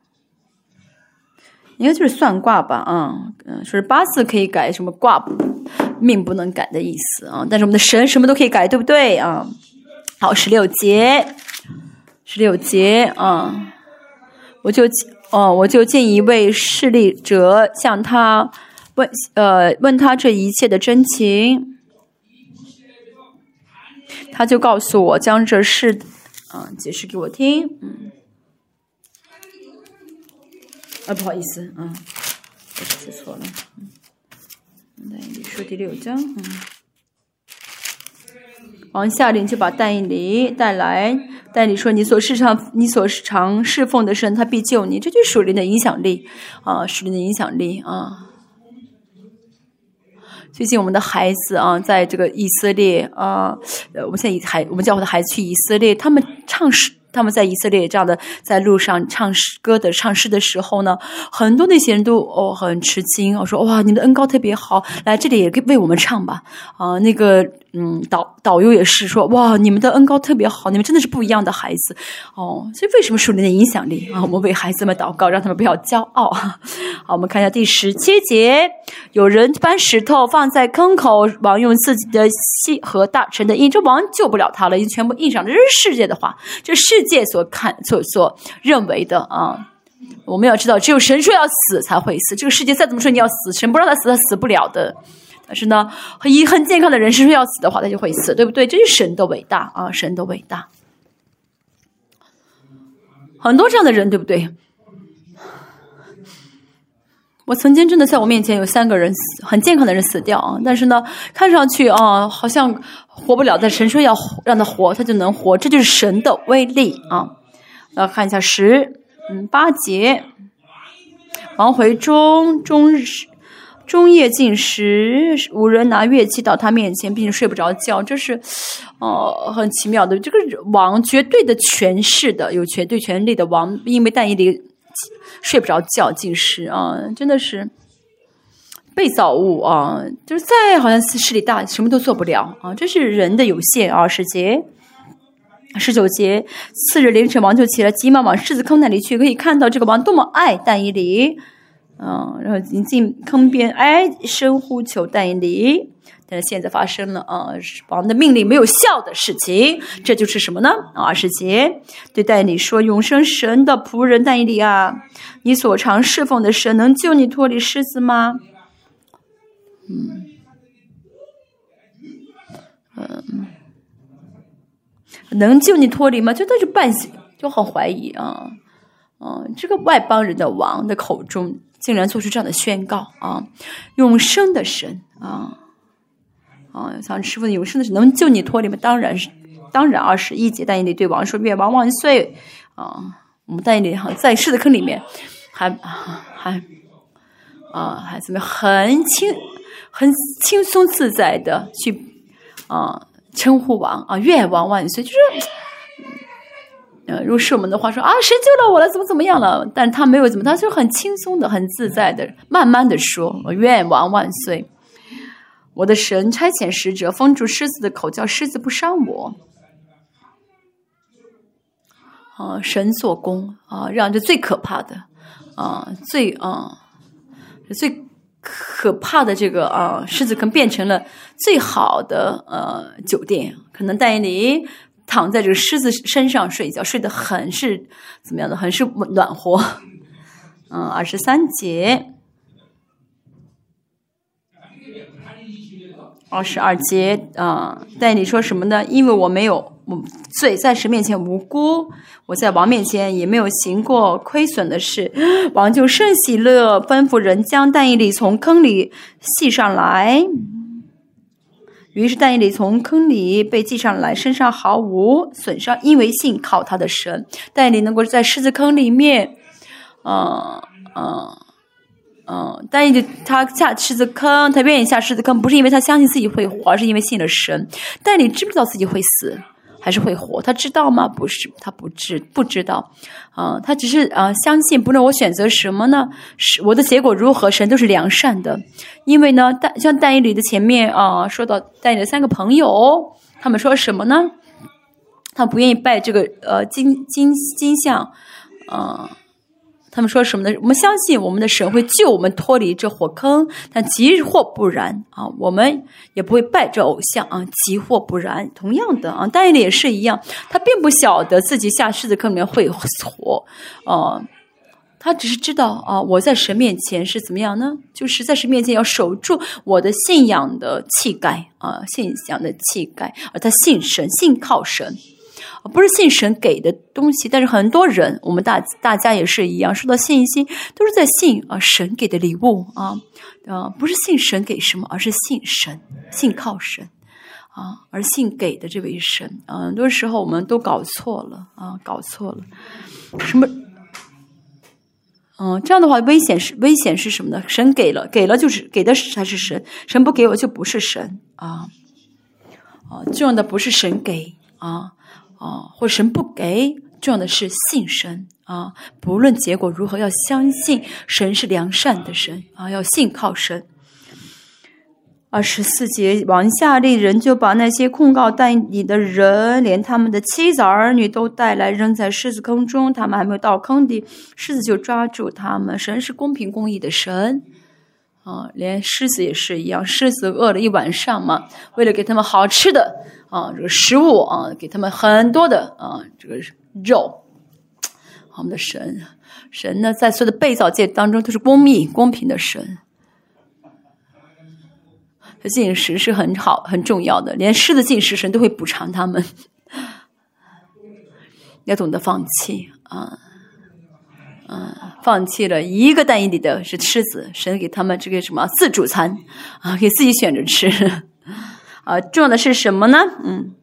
S1: 应该就是算卦吧？啊，嗯，说是八字可以改，什么卦命不能改的意思啊。但是我们的神什么都可以改，对不对？啊。好，十六节，十六节啊，我就哦，我就见一位势利者向他问，呃，问他这一切的真情，他就告诉我将这事啊解释给我听，嗯，啊，不好意思啊，我写错了，嗯，那你说第六章，嗯。王下令就把但以理带来，但以理说：“你所时常、你所常侍奉的神，他必救你。”这就是属灵的影响力啊，属灵的影响力啊。最近我们的孩子啊，在这个以色列啊，呃，我们现在孩我们教会的孩子去以色列，他们唱诗。他们在以色列这样的在路上唱诗歌的唱诗的时候呢，很多那些人都哦很吃惊，我说哇，你们的恩膏特别好，来这里也为我们唱吧啊、呃，那个嗯导导游也是说哇，你们的恩膏特别好，你们真的是不一样的孩子哦。所以为什么属灵的影响力啊？我们为孩子们祷告，让他们不要骄傲。好，我们看一下第十七节，有人搬石头放在坑口，王用自己的锡和大臣的印，这王救不了他了，已经全部印上了，这是世界的话，这世界所看所所认为的啊。我们要知道，只有神说要死才会死，这个世界再怎么说你要死，神不让他死，他死不了的。但是呢，一很健康的人是说要死的话，他就会死，对不对？这是神的伟大啊，神的伟大。很多这样的人，对不对？我曾经真的在我面前有三个人死，很健康的人死掉啊，但是呢，看上去啊，好像活不了，但神说要让他活，他就能活，这就是神的威力啊。来看一下十嗯八节，王回中中日中夜进食，无人拿乐器到他面前，并且睡不着觉，这是呃很奇妙的。这个王绝对的权势的，有绝对权力的王，因为但以理睡不着觉进食啊，真的是被造物啊，就是再好像势力大，什么都做不了啊，这是人的有限啊。十节。十九节，次日凌晨，王就起来，急忙往狮子坑那里去。可以看到这个王多么爱但以理，嗯，然后进坑边哀声呼求但以理。但是现在发生了啊，王的命令没有效的事情，这就是什么呢？啊，二十节，对但以理说：“永生神的仆人但以理啊，你所常侍奉的神能救你脱离狮子吗？”嗯，嗯。能救你脱离吗？就那就半就很怀疑啊，嗯，这个外邦人的王的口中竟然做出这样的宣告啊！永生的神啊啊，想师傅的永生的神能救你脱离吗？当然是，当然二十一节但以理对王说：“愿王万岁！”啊，我们但以理哈在狮子坑里面还还啊还怎么很轻很轻松自在的去啊。称呼王啊，愿王万岁，就是呃，如果是我们的话说啊，神救了我了，怎么怎么样了？但他没有怎么，他就很轻松的、很自在的、慢慢的说：“愿王万岁！我的神差遣使者封住狮子的口，叫狮子不伤我。” 啊、呃、神做工啊、呃，让这最可怕的啊、呃、最啊、呃、最可怕的这个啊、呃、狮子坑变成了最好的呃酒店，可能但以理躺在这个狮子身上睡觉，睡得很是怎么样的，很是暖和。嗯，二十三节。二十二节啊，但以理说什么呢？因为我没有罪，在神面前无辜，我在王面前也没有行过亏损的事，王就甚喜乐，吩咐人将但以理从坑里系上来。于是但以理从坑里被系上来，身上毫无损伤，因为信靠他的神。但以理能够在狮子坑里面，嗯嗯。嗯，但是他下狮子坑，他愿意下狮子坑，不是因为他相信自己会活，而是因为信了神。但你知不知道自己会死还是会活？他知道吗？不是，他不知不知道。啊、嗯，他只是啊、呃、相信，不论我选择什么呢，是我的结果如何，神都是良善的。因为呢，但像但以理的前面啊、呃、说到但以理的三个朋友，他们说什么呢？他不愿意拜这个呃金金金像，啊、呃。他们说什么呢？我们相信我们的神会救我们脱离这火坑，但即或不然啊，我们也不会拜这偶像啊。即或不然，同样的啊，但以理也是一样，他并不晓得自己下狮子坑里面会活，啊，他只是知道啊，我在神面前是怎么样呢？就是在神面前要守住我的信仰的气概啊，信仰的气概，而他信神，信靠神。不是信神给的东西，但是很多人，我们大大家也是一样，受到信心都是在信啊神给的礼物啊啊，不是信神给什么，而是信神，信靠神啊，而信给的这位神啊，很多时候我们都搞错了啊，搞错了什么？嗯，这样的话危险是危险是什么呢？神给了，给了就是给的才是神，神不给我就不是神啊啊，重要的不是神给啊。啊，或神不给，重要的是信神啊！不论结果如何，要相信神是良善的神啊！要信靠神。二十四节，王下令人就把那些控告但以理的人，连他们的妻子儿女都带来，扔在狮子坑中。他们还没有到坑底，狮子就抓住他们。神是公平公义的神啊！连狮子也是一样，狮子饿了一晚上嘛，为了给他们好吃的。啊，这个食物啊，给他们很多的啊，这个肉。我们的神，神呢，在所有的被造界当中都是公义、公平的神。进食是很好、很重要的，连狮子进食，神都会补偿他们。要懂得放弃啊，啊，放弃了一个但以理的是狮子，神给他们这个什么自助餐啊，给自己选着吃。啊，重要的是什么呢？嗯，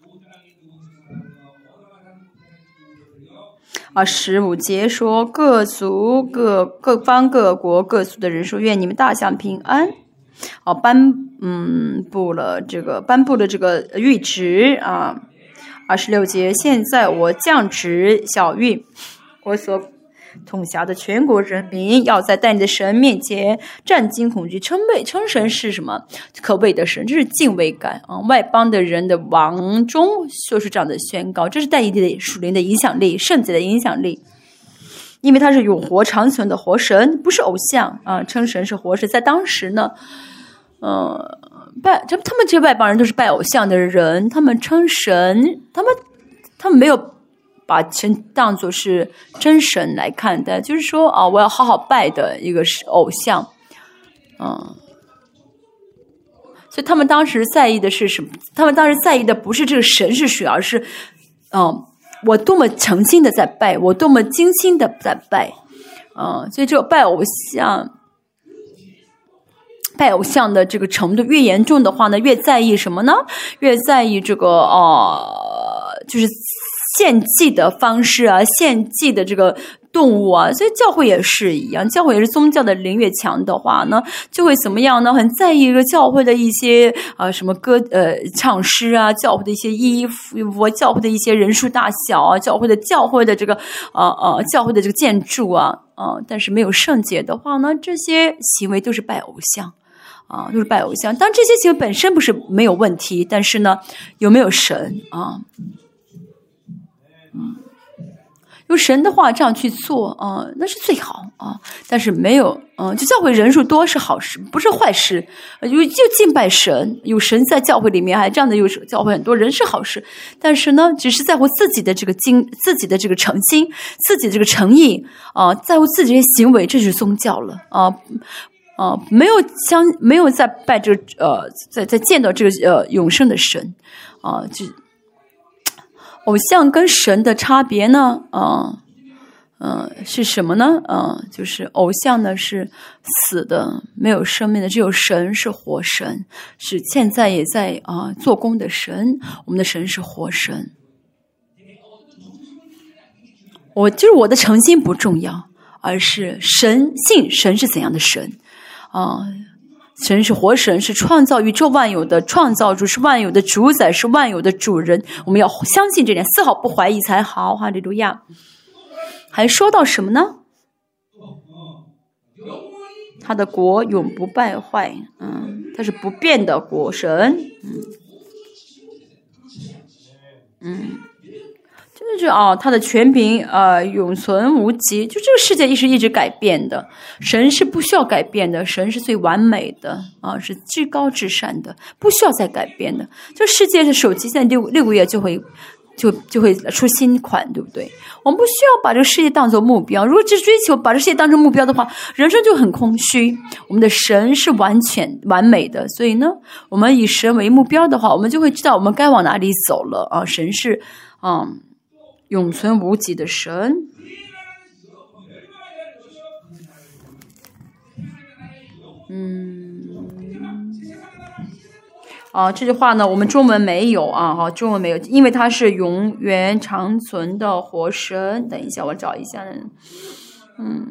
S1: 啊，十五节说各族、各各方、各国、各族的人说，愿你们大享平安。啊，颁嗯布了这个颁布了这个谕旨啊。二十六节，现在我降旨小谕我所统辖的全国人民，要在但以理的神面前战惊恐惧，称谓称神是什么？可畏的神，这是敬畏感啊！外邦的人的王中说出这样的宣告，这是但以理的属灵的影响力，圣洁的影响力，因为他是永活长存的活神，不是偶像啊！称神是活神，在当时呢，呃，拜他他们这些外邦人都是拜偶像的人，他们称神，他们他们没有把神当作是真神来看待，就是说啊，我要好好拜的一个偶像，嗯，所以他们当时在意的是什么？他们当时在意的不是这个神是谁，而是，嗯，我多么诚心的在拜，我多么精心的在拜，嗯，所以这个拜偶像，拜偶像的这个程度越严重的话呢，越在意什么呢？越在意这个呃，就是献祭的方式啊，献祭的这个动物啊，所以教会也是一样，教会也是宗教的灵越强的话呢，就会怎么样呢？很在意一个教会的一些啊、呃、什么歌呃唱诗啊，教会的一些衣服，教会的一些人数大小啊，教会的教会的这个呃呃教会的这个建筑啊啊、呃，但是没有圣洁的话呢，这些行为都是拜偶像。啊，都是拜偶像。当然这些行为本身不是没有问题，但是呢，有没有神啊？嗯， 用神的话这样去做啊、呃，那是最好啊。但是没有，嗯、呃，就教会人数多是好事，不是坏事。有就敬拜神，有神在教会里面，还这样的有教会很多人是好事。但是呢，只是在乎自己的这个精，自己的这个诚心，自己的这个诚意啊、呃，在乎自己的行为，这就是宗教了啊。呃啊、呃，没有相，没有在拜这个呃，在在见到这个呃永生的神啊、呃，就偶像跟神的差别呢，啊、呃，呃是什么呢？啊、呃，就是偶像呢是死的，没有生命的，只有神是活神，是现在也在啊、呃、做工的神，我们的神是活神。我就是我的诚心不重要，而是神信神是怎样的神。啊，神是活神，是创造宇宙万有的创造主，是万有的主宰，是万有的主人。我们要相信这点，丝毫不怀疑才好。哈利路亚！还说到什么呢？他的国永不败坏，嗯，他是不变的国神，嗯，嗯。就是啊，他的权柄呃永存无极，就这个世界是一直改变的，神是不需要改变的，神是最完美的啊，是至高至善的，不需要再改变的。这世界的手机现在六六个月就会就就会出新款，对不对？我们不需要把这个世界当作目标，如果只追求把这世界当成目标的话，人生就很空虚。我们的神是完全完美的，所以呢，我们以神为目标的话，我们就会知道我们该往哪里走了啊。神是嗯。永存无极的神，嗯，啊，这句话呢，我们中文没有啊，哈，中文没有，因为它是永远长存的活神。等一下，我找一下，嗯，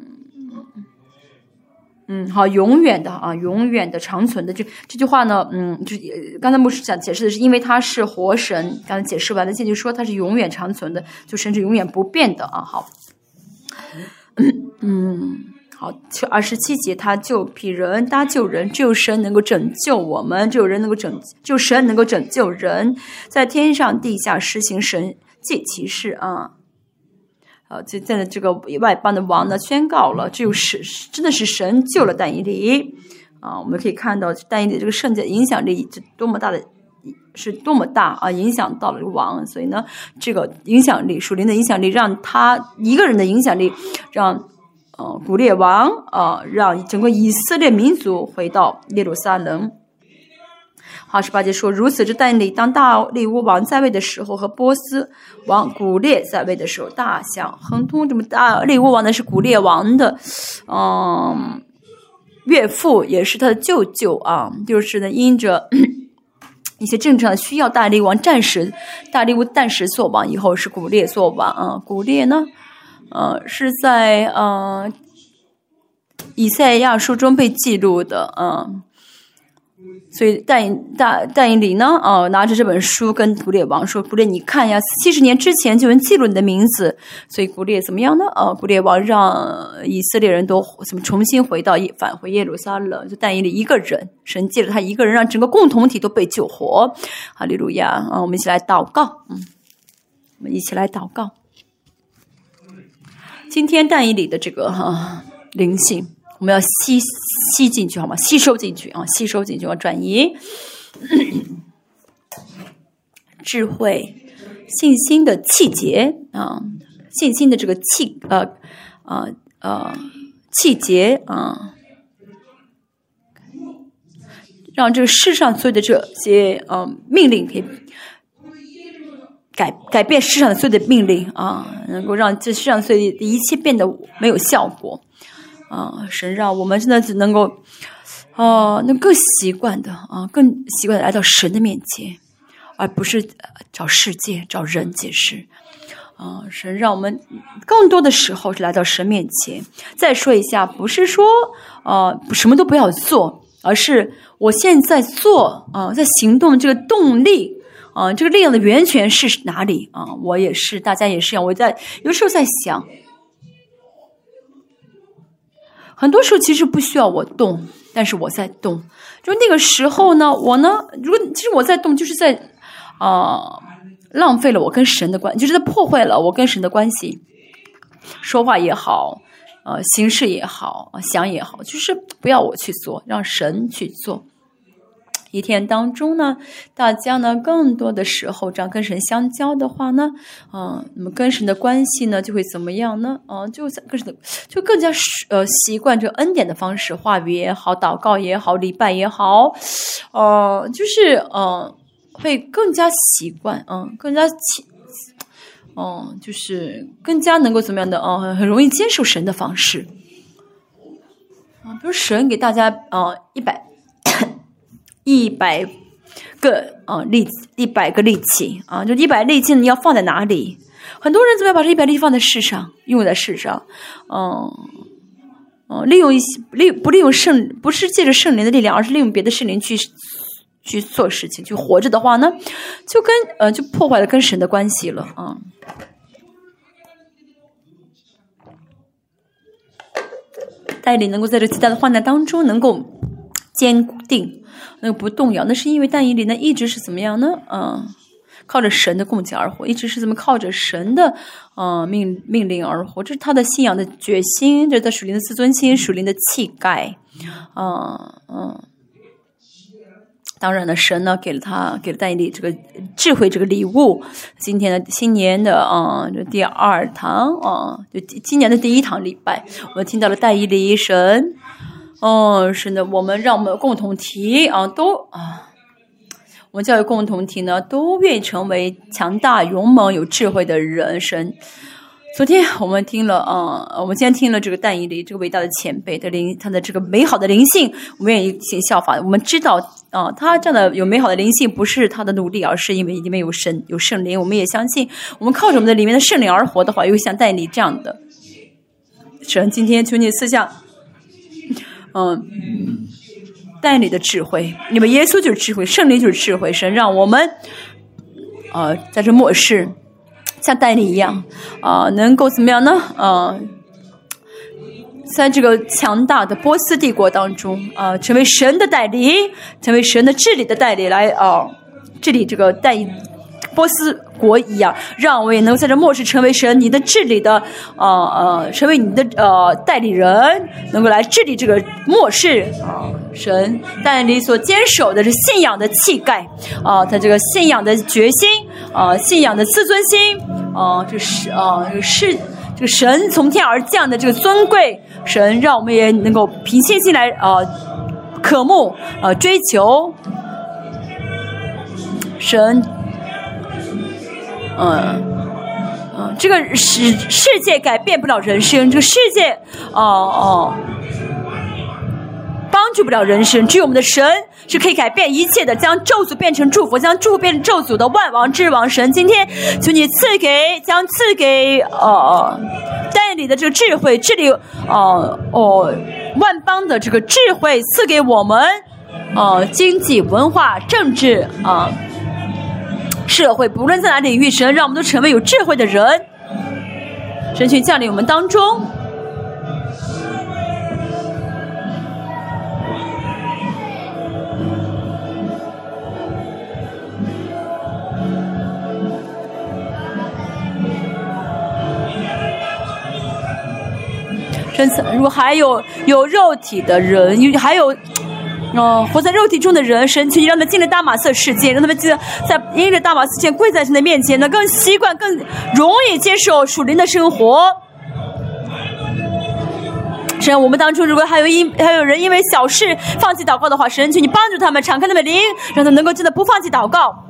S1: 嗯，好，永远的啊，永远的长存的，这这句话呢，嗯，就是刚才牧师讲解释的是，因为他是活神，刚才解释完了，现在就说他是永远长存的，就神是永远不变的啊。好，嗯嗯，好，二十七节，他救庇人，他救人，只有神能够拯救我们，只有人能够拯，只有神能够拯救人，在天上地下实行神迹奇事啊。呃，就在这个外邦的王呢宣告了，只有是真的是神救了但以理啊！我们可以看到但以理这个圣洁影响力是多么大的，是多么大啊！影响到了王，所以呢，这个影响力，属灵的影响力，让他一个人的影响力，让呃古列王啊、呃，让整个以色列民族回到耶路撒冷。好，十八节说，如此这但以理当大利乌王在位的时候，和波斯王古列在位的时候，大享亨通。这么大利乌王呢是古列王的，嗯，岳父也是他的舅舅啊，就是呢因着一些政治上的需要，大利乌王暂时大利乌暂时做王，以后是古列做王啊。古列呢，呃，是在呃以赛亚书中被记录的，嗯。所以但大但以理呢，哦、呃，拿着这本书跟古列王说：“古列，你看呀，七十年之前就有人记录你的名字。”所以古列怎么样呢？呃，古列王让以色列人都怎么重新回到返回耶路撒冷？就但以理一个人，神借着他一个人，让整个共同体都被救活。哈利路亚啊！我们一起来祷告，嗯，我们一起来祷告。今天但以理的这个哈、啊、灵性。我们要吸吸进去好吗？吸收进去啊，吸收进去，要转移智慧、信心的气节啊，信心的这个气呃呃呃气节啊，让这个世上所有的这些呃命令可以改改变世上的所有的命令啊，能够让这世上所有的一切变得没有效果。啊，神让我们真的只能够，哦、啊，能更习惯的啊，更习惯的来到神的面前，而不是找世界、找人解释。啊，神让我们更多的时候是来到神面前。再说一下，不是说啊什么都不要做，而是我现在做啊，在行动这个动力啊，这个力量的源泉是哪里啊？我也是，大家也是一样。我在有时候在想。很多时候其实不需要我动，但是我在动。就那个时候呢，我呢，如果其实我在动，就是在，呃， 浪费了我跟神的关系，就是它破坏了我跟神的关系。说话也好，呃，行事也好，想也好，就是不要我去做，让神去做。一天当中呢，大家呢更多的时候这样跟神相交的话呢，嗯、呃，那么跟神的关系呢就会怎么样呢？嗯、呃，就跟神的就更加呃习惯这个恩典的方式，话语也好，祷告也好，礼拜也好，呃，就是呃会更加习惯，嗯、呃，更加习。哦、嗯，就是更加能够怎么样的哦、嗯，很容易接受神的方式啊，比如神给大家啊一百一百个啊力一百个力气啊，就一百力气你要放在哪里？很多人怎么样把这一百力气放在世上，用在世上？嗯嗯，利用一些利不利用圣，不是借着圣灵的力量，而是利用别的圣灵去。去做事情，去活着的话呢，就跟呃就破坏了跟神的关系了啊。带领能够在这极大的患难当中能够坚定，那个不动摇，那是因为但以理呢一直是怎么样呢？嗯，靠着神的供给而活，一直是怎么靠着神的呃命命令而活，这是他的信仰的决心，这是他属灵的自尊心、属灵的气概，嗯嗯。当然呢，神呢给了他给了但以理这个智慧这个礼物。今天的新年的啊、呃，这第二堂啊、呃，就今年的第一堂礼拜，我们听到了但以理神，哦，是的，我们让我们共同体啊都啊，我们教育共同体呢都愿意成为强大、勇猛、有智慧的人。神。昨天我们听了啊、呃，我们今天听了这个但以理这个伟大的前辈的灵，他的这个美好的灵性，我们愿意行效法。我们知道啊、呃，他这样的有美好的灵性，不是他的努力，而是因为里面有神有圣灵。我们也相信，我们靠着我们的里面的圣灵而活的话，又像但以理这样的神。今天求你赐下，嗯，但以理的智慧，因为耶稣就是智慧，圣灵就是智慧。神让我们，呃，在这末世。像但以理一样，啊、呃，能够怎么样呢？啊、呃，在这个强大的波斯帝国当中，啊、呃，成为神的代理，成为神的治理的代理，来啊、呃，治理这个代波斯国一样，让我们也能在这末世成为神你的治理的，呃呃，成为你的呃代理人，能够来治理这个末世啊、呃。神但以理所坚守的是信仰的气概啊、呃，他这个信仰的决心啊、呃，信仰的自尊心啊、呃，这是啊，这个是这个神从天而降的这个尊贵，神让我们也能够凭信心来啊、呃、渴慕啊、呃、追求神。嗯嗯，这个世世界改变不了人生，这个世界哦哦帮助不了人生，只有我们的神是可以改变一切的，将咒诅变成祝福，将祝福变成咒诅的万王之王神。今天求你赐给，将赐给呃但以理的这个智慧，治理呃哦万邦的这个智慧赐给我们，呃经济、文化、政治啊。呃社会不论在哪里领域，神让我们都成为有智慧的人，神去降临我们当中。真如果还有有肉体的人，还有哦，活在肉体中的人，神求你让他们进了大马色世界，让他们在在因着大马色世界跪在神的面前，能更习惯、更容易接受属灵的生活。神，我们当初如果还有因还有人因为小事放弃祷告的话，神求你帮助他们，敞开他们的灵，让他们能够真的不放弃祷告。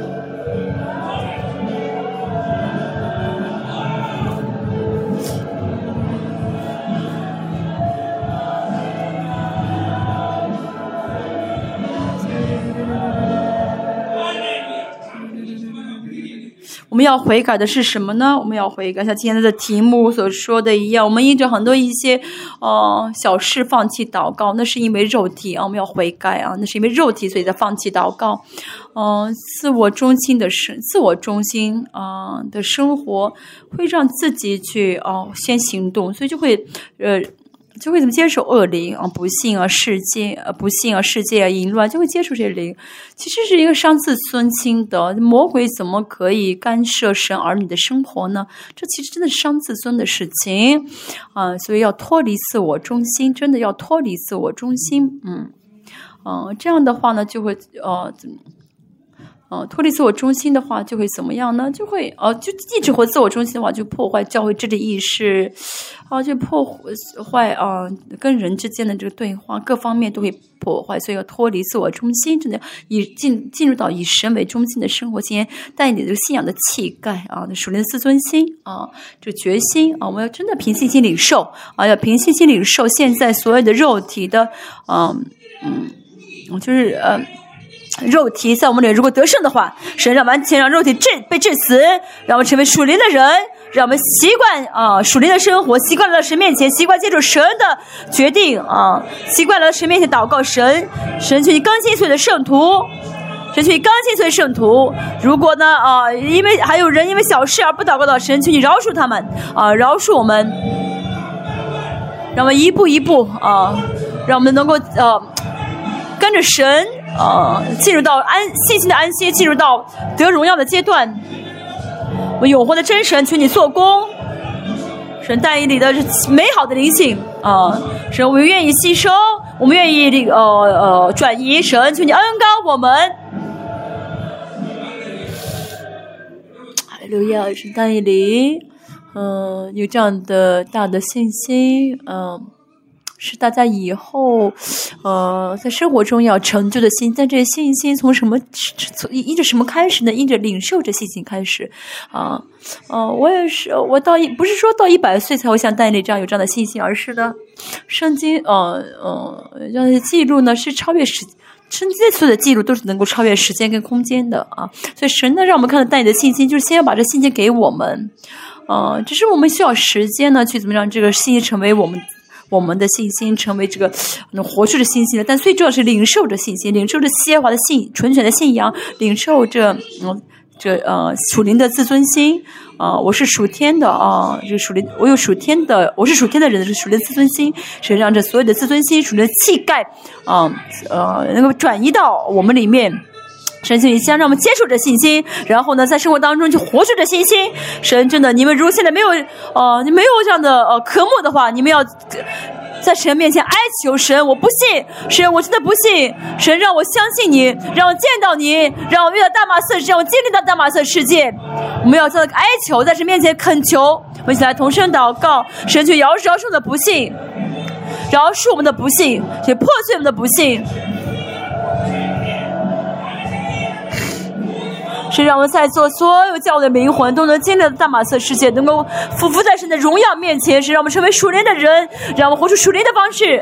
S1: 我们要悔改的是什么呢？我们要悔改，像今天的题目所说的一样，我们因着很多一些呃小事放弃祷告，那是因为肉体啊，我们要悔改啊，那是因为肉体所以在放弃祷告。嗯、呃，自我中心的生，自我中心啊、呃、的生活会让自己去哦、呃、先行动，所以就会呃就会怎么接受恶灵啊，不幸啊，世界啊，不幸啊，世界啊，淫乱，就会接受这些灵。其实是一个伤自尊心的魔鬼，怎么可以干涉神儿女的生活呢？这其实真的是伤自尊的事情啊，所以要脱离自我中心，真的要脱离自我中心。嗯，嗯、呃，这样的话呢，就会呃怎么？呃，脱离自我中心的话，就会怎么样呢？就会呃，就一直活自我中心的话，就破坏教会治理意识，啊、呃，就破坏啊、呃，跟人之间的这个对话，各方面都会破坏。所以要脱离自我中心，真的以进进入到以神为中心的生活，今天带你的这个信仰的气概啊，属灵的自尊心啊，这个决心啊，我们要真的凭信心领受啊，要凭信心领受现在所有的肉体的，嗯嗯，就是呃。肉体在我们里如果得胜的话，神让完全让肉体致被致死，让我们成为属灵的人，让我们习惯啊属灵的生活，习惯来到神面前，习惯接受神的决定啊，习惯来到神面前祷告神，神求你更新所有的圣徒，神求你更新所有的圣徒。如果呢啊，因为还有人因为小事而不祷告到神，求你饶恕他们啊，饶恕我们，让我们一步一步啊，让我们能够呃跟着神。呃，进入到安信心的安息，进入到得荣耀的阶段。我永活的真神，求你做工。神但以理的美好的灵性啊、呃，神我们愿意吸收，我们愿意呃呃转移。神求你恩膏我们。哈利路亚，神但以理，嗯、呃，有这样的大的信心，嗯、呃。是大家以后，呃，在生活中要成就的心，但这信心从什么，从依着什么开始呢？依着领受这信心开始，啊，呃，我也是，我到一不是说到一百岁才会像但以理这样有这样的信心，而是呢，圣经，呃呃，这样的记录呢是超越时。圣经所有的记录都是能够超越时间跟空间的啊，所以神呢让我们看到但以理的信心，就是先要把这信心给我们，呃，只是我们需要时间呢去怎么让这个信心成为我们。我们的信心成为这个能活出的信心的，但最重要是领受着信心，领受着耶和华的信，纯全的信仰，领受着嗯这呃属灵的自尊心啊、呃，我是属天的啊，这、呃、属灵，我有属天的，我是属天的人，是属灵的自尊心，是让这所有的自尊心、属灵的气概啊 呃, 呃能够转移到我们里面。神求你先让我们接受这信心，然后呢，在生活当中去活出这信心。神真的，你们如果现在没有呃，你没有这样的呃科目的话，你们要在神面前哀求神，我不信，神我真的不信，神让我相信你，让我见到你，让我遇到大马色，让我经历到大马色世界。我们要在哀求，在神面前恳求，我们一起来同声祷告，神去饶恕饶恕我们的不信，饶恕我们的不信，去破碎我们的不信。是让我们在座所有教会的灵魂都能经历到大马色世界，能够俯伏在神的荣耀面前，是让我们成为属灵的人，让我们活出属灵的方式。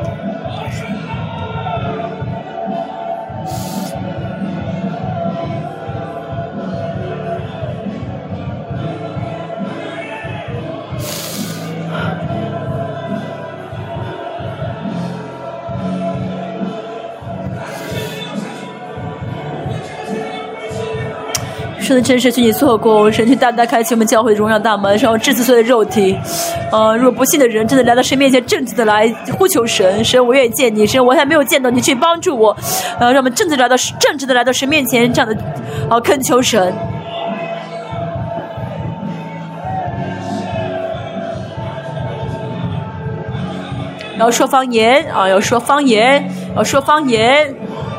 S1: 神的真实去你做工，神去大大开启我们教会的荣耀大门，然后治死所有的肉体。呃，如果不信的人真的来到神面前，正直的来呼求神，神我愿意见你，神我还没有见到你，去帮助我。呃，让我们正直来到正直的来到神面前，这样的啊、呃、恳求神。要说方言啊，要说方言，要说方言。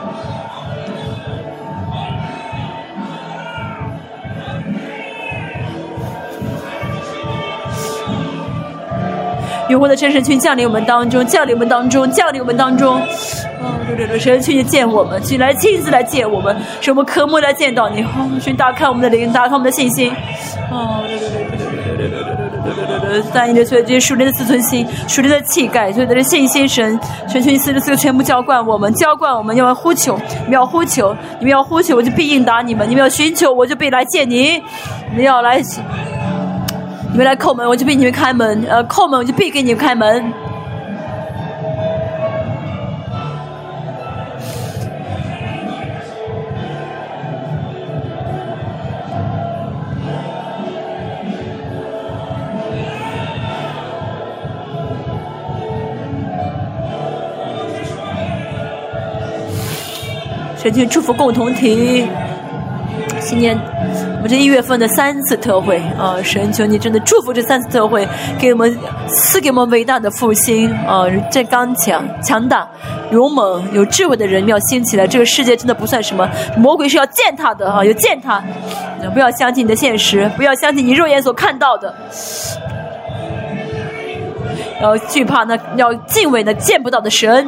S1: 永活的真神去降临我们当中，降临我们当中，降临我们当中。哦，对对对，神去见我们，去来亲自来见我们，使我们渴慕来见到你。哦，去打开我们的灵，打开我们的信心。哦，对对对对对对对对对对对对对，但你的所有这些属灵的自尊心、属灵的气概、所有的信心，神，神求你四十四个全部浇灌我们，浇灌我们，要呼求，你们要呼求，你们要呼求，我就必应答你们；你们要寻求，我就必来见你；你们要来。你们来叩门，我就必你们开门；呃，叩门，我就必给你们开门。 神去祝福共同体。今年我们这一月份的三次特会啊，神求你真的祝福这三次特会，给我们赐给我们伟大的复兴啊！这刚强、强大、勇猛、有智慧的人要兴起来。这个世界真的不算什么，魔鬼是要践踏的啊，有践踏。不要相信你的现实，不要相信你肉眼所看到的，要惧怕那，要敬畏那见不到的神。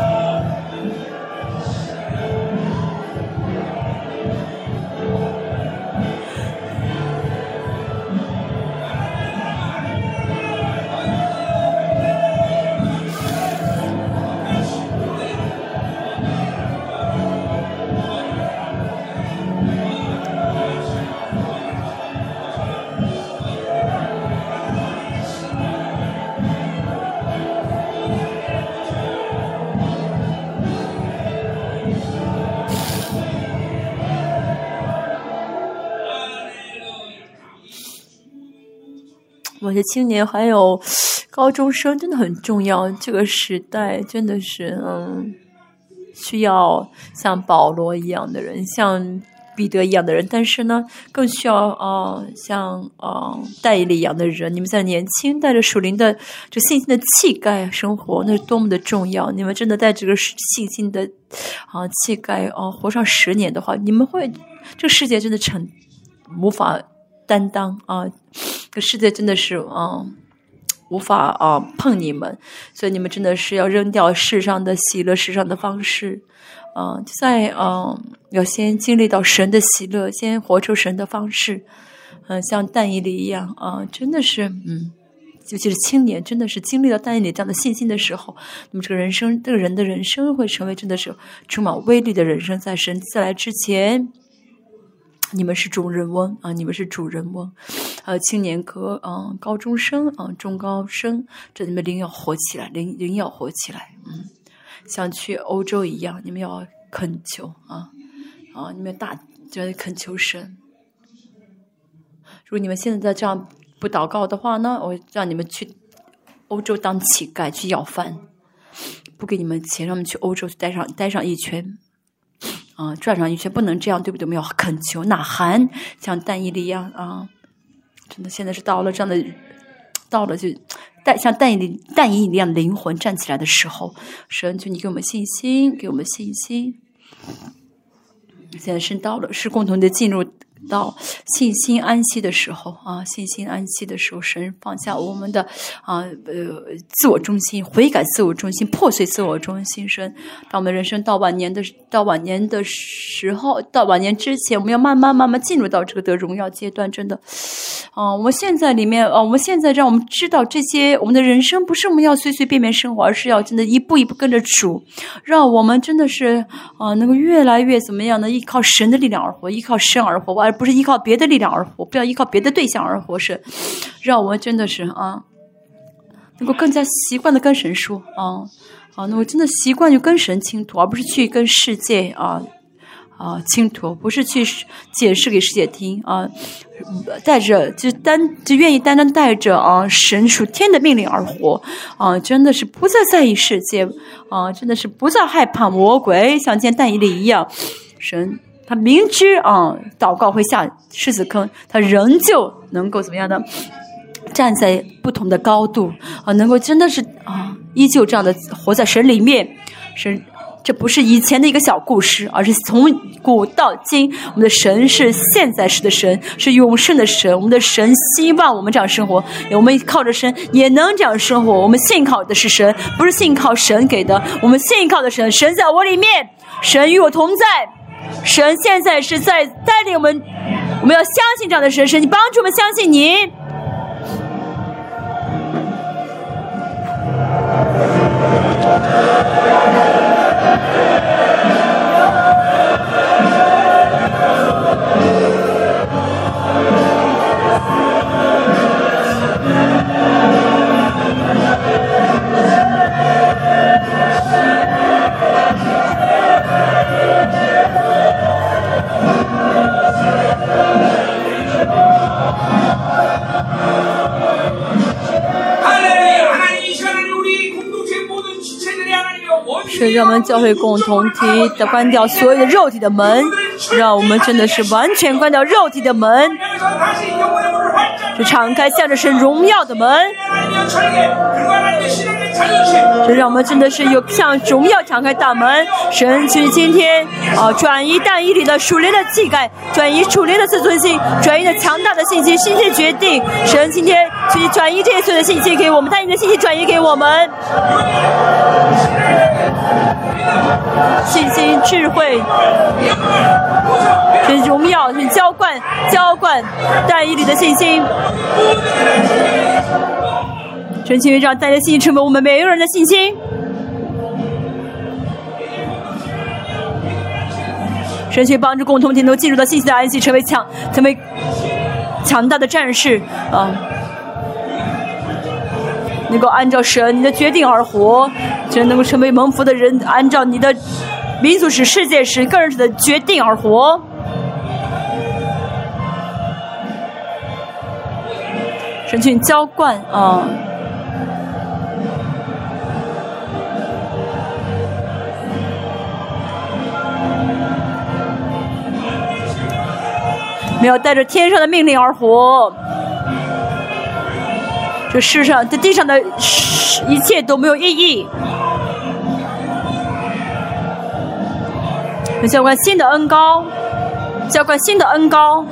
S1: 我的青年还有高中生真的很重要，这个时代真的是嗯，需要像保罗一样的人，像彼得一样的人，但是呢，更需要呃像呃戴以利一样的人。你们在年轻带着属灵的这信心的气概生活，那是多么的重要！你们真的带这个信心的啊、呃、气概啊、呃、活上十年的话，你们会这个世界真的成无法担当啊。呃这世界真的是嗯无法啊碰你们，所以你们真的是要扔掉世上的喜乐、世上的方式，啊、呃，在嗯、呃、要先经历到神的喜乐，先活出神的方式，嗯、呃，像但以理一样啊、呃，真的是嗯，尤其是青年，真的是经历到但以理这样的信心的时候，那么这个人生，这个人的人生会成为真的是充满威力的人生，在神再来之前。你们是主人翁啊！你们是主人翁，呃，青年和嗯、呃、高中生啊、呃、中高生，这你们灵要活起来，灵灵要活起来，嗯，像去欧洲一样，你们要恳求啊啊！你们大就要恳求神。如果你们现在这样不祷告的话呢，我让你们去欧洲当乞丐去要饭，不给你们钱，让你们去欧洲待上待上一圈。啊，转上一圈不能这样，对不对？我们要恳求呐喊，像但以理一样啊！真的，现在是到了这样的，到了就但像但以理但以理一样的灵魂站起来的时候，神求你给我们信心，给我们信心。现在是到了，是共同的进入到信心安息的时候啊！信心安息的时候，神放下我们的啊呃自我中心，悔改自我中心，破碎自我中心。神，当我们人生到晚年的到晚年的时候，到晚年之前，我们要慢慢慢慢进入到这个得荣耀阶段。真的，啊，我们现在里面啊，我们现在让我们知道这些，我们的人生不是我们要随随便便生活，而是要真的一步一步跟着主，让我们真的是啊能够越来越怎么样呢？依靠神的力量而活，依靠神而活，而不是依靠别的力量而活，不要依靠别的对象而活。是让我们真的是啊，能够更加习惯的跟神说啊啊，那我真的习惯就跟神倾吐，而不是去跟世界啊啊倾吐，不是去解释给世界听啊，带着就单就愿意单单带着啊神属天的命令而活啊，真的是不再在意世界啊，真的是不再害怕魔鬼，像见但以理一样，神。他明知啊，祷告会下狮子坑，他仍旧能够怎么样呢？站在不同的高度啊，能够真的是啊，依旧这样的活在神里面。神，这不是以前的一个小故事，而是从古到今，我们的神是现在时的神，是永生的神。我们的神希望我们这样生活，我们靠着神也能这样生活。我们信靠的是神，不是信靠神给的。我们信靠的神，神在我里面，神与我同在。神现在是在带领我们，我们要相信这样的神，神你帮助我们相信你。 是让我们教会共同体的关掉所有的肉体的门，让我们真的是完全关掉肉体的门，是敞开向着神荣耀的门，是让我们真的是有向荣耀敞开大门。神去今天啊，转移但以理的属灵的气概，转移属灵的自尊心，转移的强大的信心，信心决定。神今天去转移这些所有的信息给我们，但你的信息转移给我们。信心、智慧、神荣耀、神浇灌、浇灌但以理的信心。神请让大家信心成为我们每一个人的信心。神去帮助共同体能进入到信息的安息，成为强，成为强大的战士啊！能够按照神你的决定而活，只能够成为蒙福的人，按照你的民族史、世界史、个人史的决定而活。神去浇灌啊！没有带着天上的命令而活，这世上这地上的一切都没有意义。浇灌新的恩膏，浇灌新的恩膏。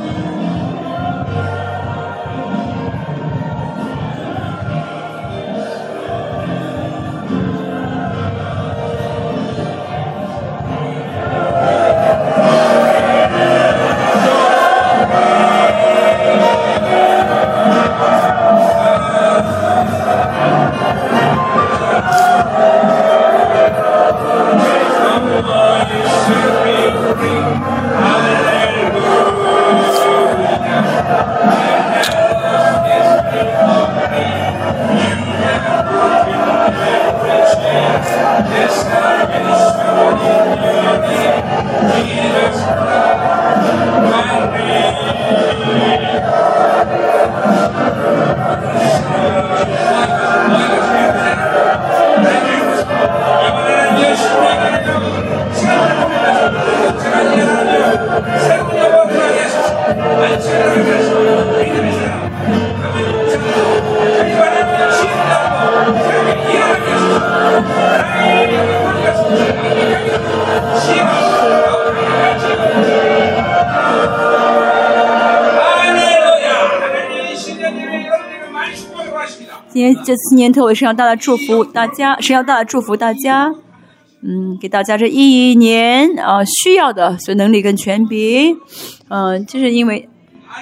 S1: 今天这次年特为神要大大祝福大家，神要大大祝福大家，嗯，给大家这一年啊、呃、需要的所有能力跟权柄，嗯、呃，就是因为，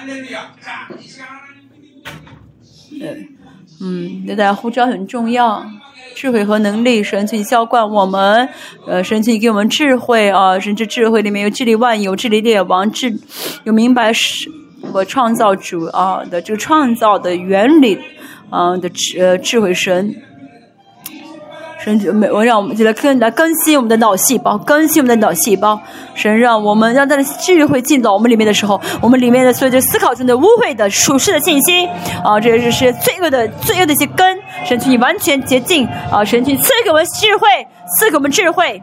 S1: 呃，嗯，对大家呼召很重要，智慧和能力，神去浇灌我们，呃，神去给我们智慧啊，神之智慧里面有治理万有、治理列王、治有明白是和创造主啊的这个创造的原理。啊、呃、的智呃智慧神，神我让我们就来更来更新我们的脑细胞，更新我们的脑细胞。神让我们让他的智慧进到我们里面的时候，我们里面的所有的思考中的污秽的属世的信息啊，这也是罪恶的罪恶的一些根，神去你完全洁净啊，神去赐给我们智慧，赐给我们智慧。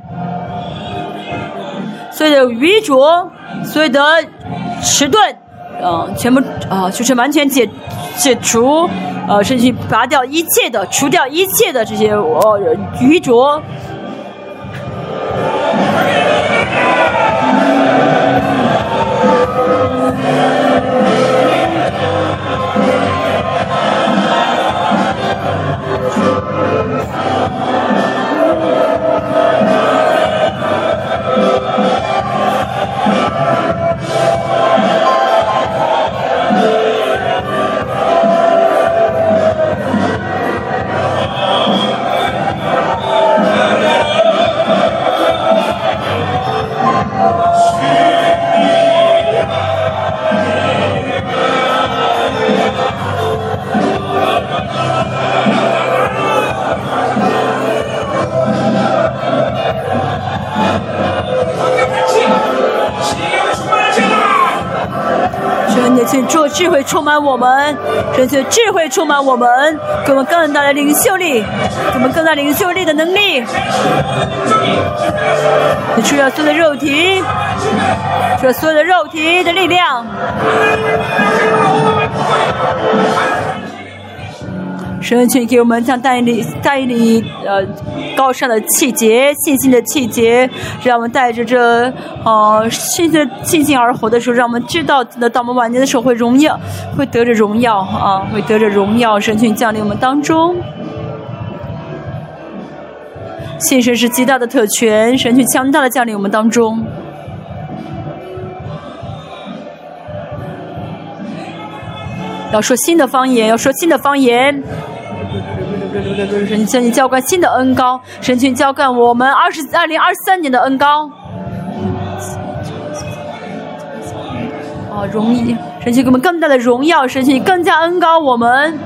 S1: 所有的愚拙，所有的迟钝，啊、呃，全部啊、呃，就是完全解解除。呃，甚至拔掉一切的，除掉一切的这些呃愚拙。 求你做智慧充满我们，神求智慧充满我们，给我们更大的领袖力，给我们更大领袖力的能力。你除了所有的肉体，除了所有的肉体的力量。神求你给我们像带领带领呃高尚的气节、信心的气节，让我们带着这呃信心信心而活的时候，让我们知道的到我们晚年的时候会荣耀，会得着荣耀啊，会得着荣耀。神求你降临我们当中。信神是极大的特权，神去强大的降临我们当中。要说新的方言，要说新的方言。神求你浇灌新的恩膏，神求你浇灌我们二十二零二三年的恩膏。啊，荣耀！神求给我们更大的荣耀，神求你更加恩膏我们。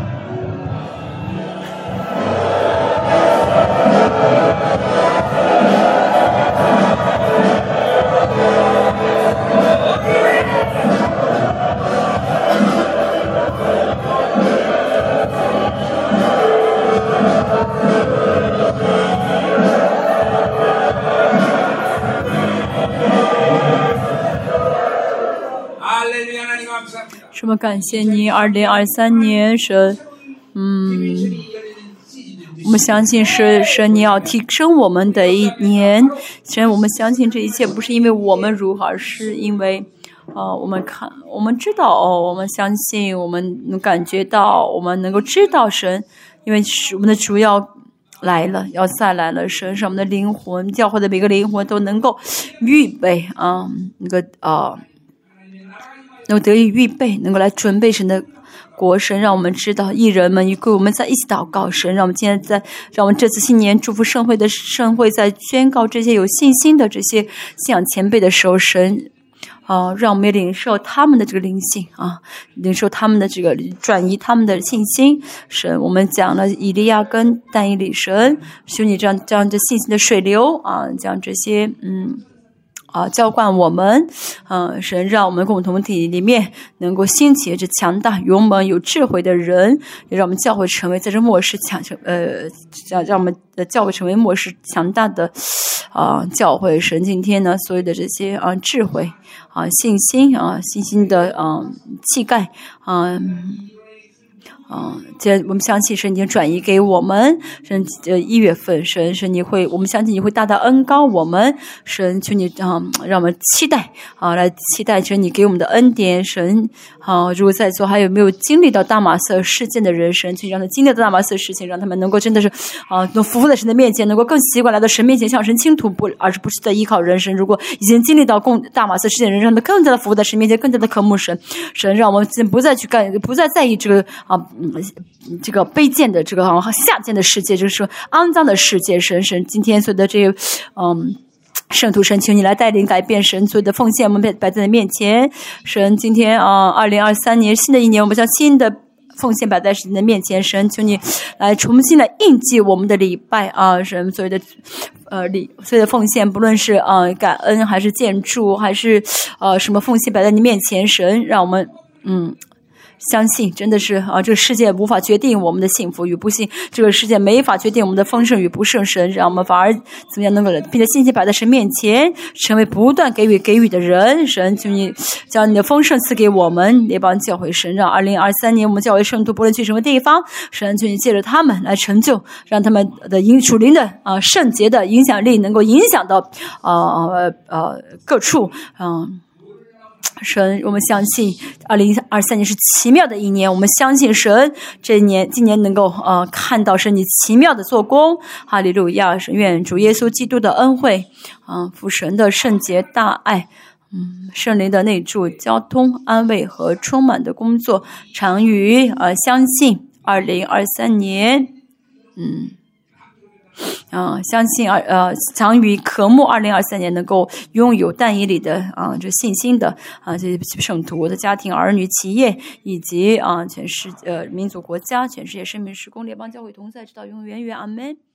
S1: 什么？感谢你，二零二三年神，嗯，我们相信是神你要提升我们的一年。神，我们相信这一切不是因为我们如何，而是因为，呃，我们看，我们知道，哦，我们相信，我们能感觉到，我们能够知道神，因为是我们的主要来了，要再来了。神使我们的灵魂，教会的每个灵魂都能够预备啊，那个啊。能够得以预备，能够来准备神的国。神让我们知道，艺人们与我们在一起祷告。神让我们今天在，让我们这次新年祝福盛会的盛会，在宣告这些有信心的这些信仰前辈的时候，神啊、呃，让我们领受他们的这个灵性啊，领受他们的这个转移他们的信心。神，我们讲了以利亚跟但以理，神求你这样这样这信心的水流啊，将这些嗯。啊，浇灌我们，嗯、呃，神让我们共同体里面能够兴起这强大、勇猛、有智慧的人，也让我们教会成为在这末世强成，呃，让让我们的教会成为末世强大的啊、呃、教会。神今天呢，所有的这些啊、呃、智慧啊、呃、信心啊、呃、信心的啊、呃、气概啊。呃啊、嗯，这我们相信神已经转移给我们。神，呃，一月份，神，神你会，我们相信你会大大恩膏我们。神，求你啊、嗯，让我们期待啊，来期待着你给我们的恩典。神，啊，如果在座还有没有经历到大马色事件的人，神，去让他经历到大马色事情，让他们能够真的是啊，能服服在神的面前，能够更习惯来到神面前向神倾吐，不，而是不是在依靠人。神，如果已经经历到共大马色事件的人，让他们更加的服在神面前，更加的渴慕神。神，让我们不再去干，不再在意这个啊。嗯，这个卑贱的这个下贱的世界，就是说肮脏的世界，神神今天所有的这个嗯圣徒神，求你来带领改变。神所有的奉献我们摆摆在你面前。神今天啊，二零二三年新的一年，我们将新的奉献摆在神的面前。神求你来重新来印记我们的礼拜啊，神所有的呃礼所有的奉献，不论是啊、呃、感恩还是建筑还是呃什么奉献摆在你面前。神让我们嗯。相信真的是啊，这个世界无法决定我们的幸福与不幸，这个世界没法决定我们的丰盛与不盛。神让我们反而怎么样能够并且信心摆在神面前，成为不断给予给予的人。神求你将你的丰盛赐给我们，列邦教会。神让二零二三年我们教会圣徒不论去什么地方，神求你借着他们来成就，让他们的影属灵的啊圣洁的影响力能够影响到啊呃呃各处嗯。神，我们相信二零二三年是奇妙的一年。我们相信神这一年，今年能够呃看到神你奇妙的做工。哈利路亚！神愿主耶稣基督的恩惠，嗯、呃，父神的圣洁大爱，嗯，圣灵的内住、交通、安慰和充满的工作，常与呃相信二零二三年，嗯。啊、呃，相信二呃，常与渴慕二零二三年能够拥有但以理的啊、呃、这信心的啊、呃、这些圣徒的家庭、儿女、企业以及啊、呃、全世呃民族国家、全世界生命事工列邦教会同在，直到永远远。阿们。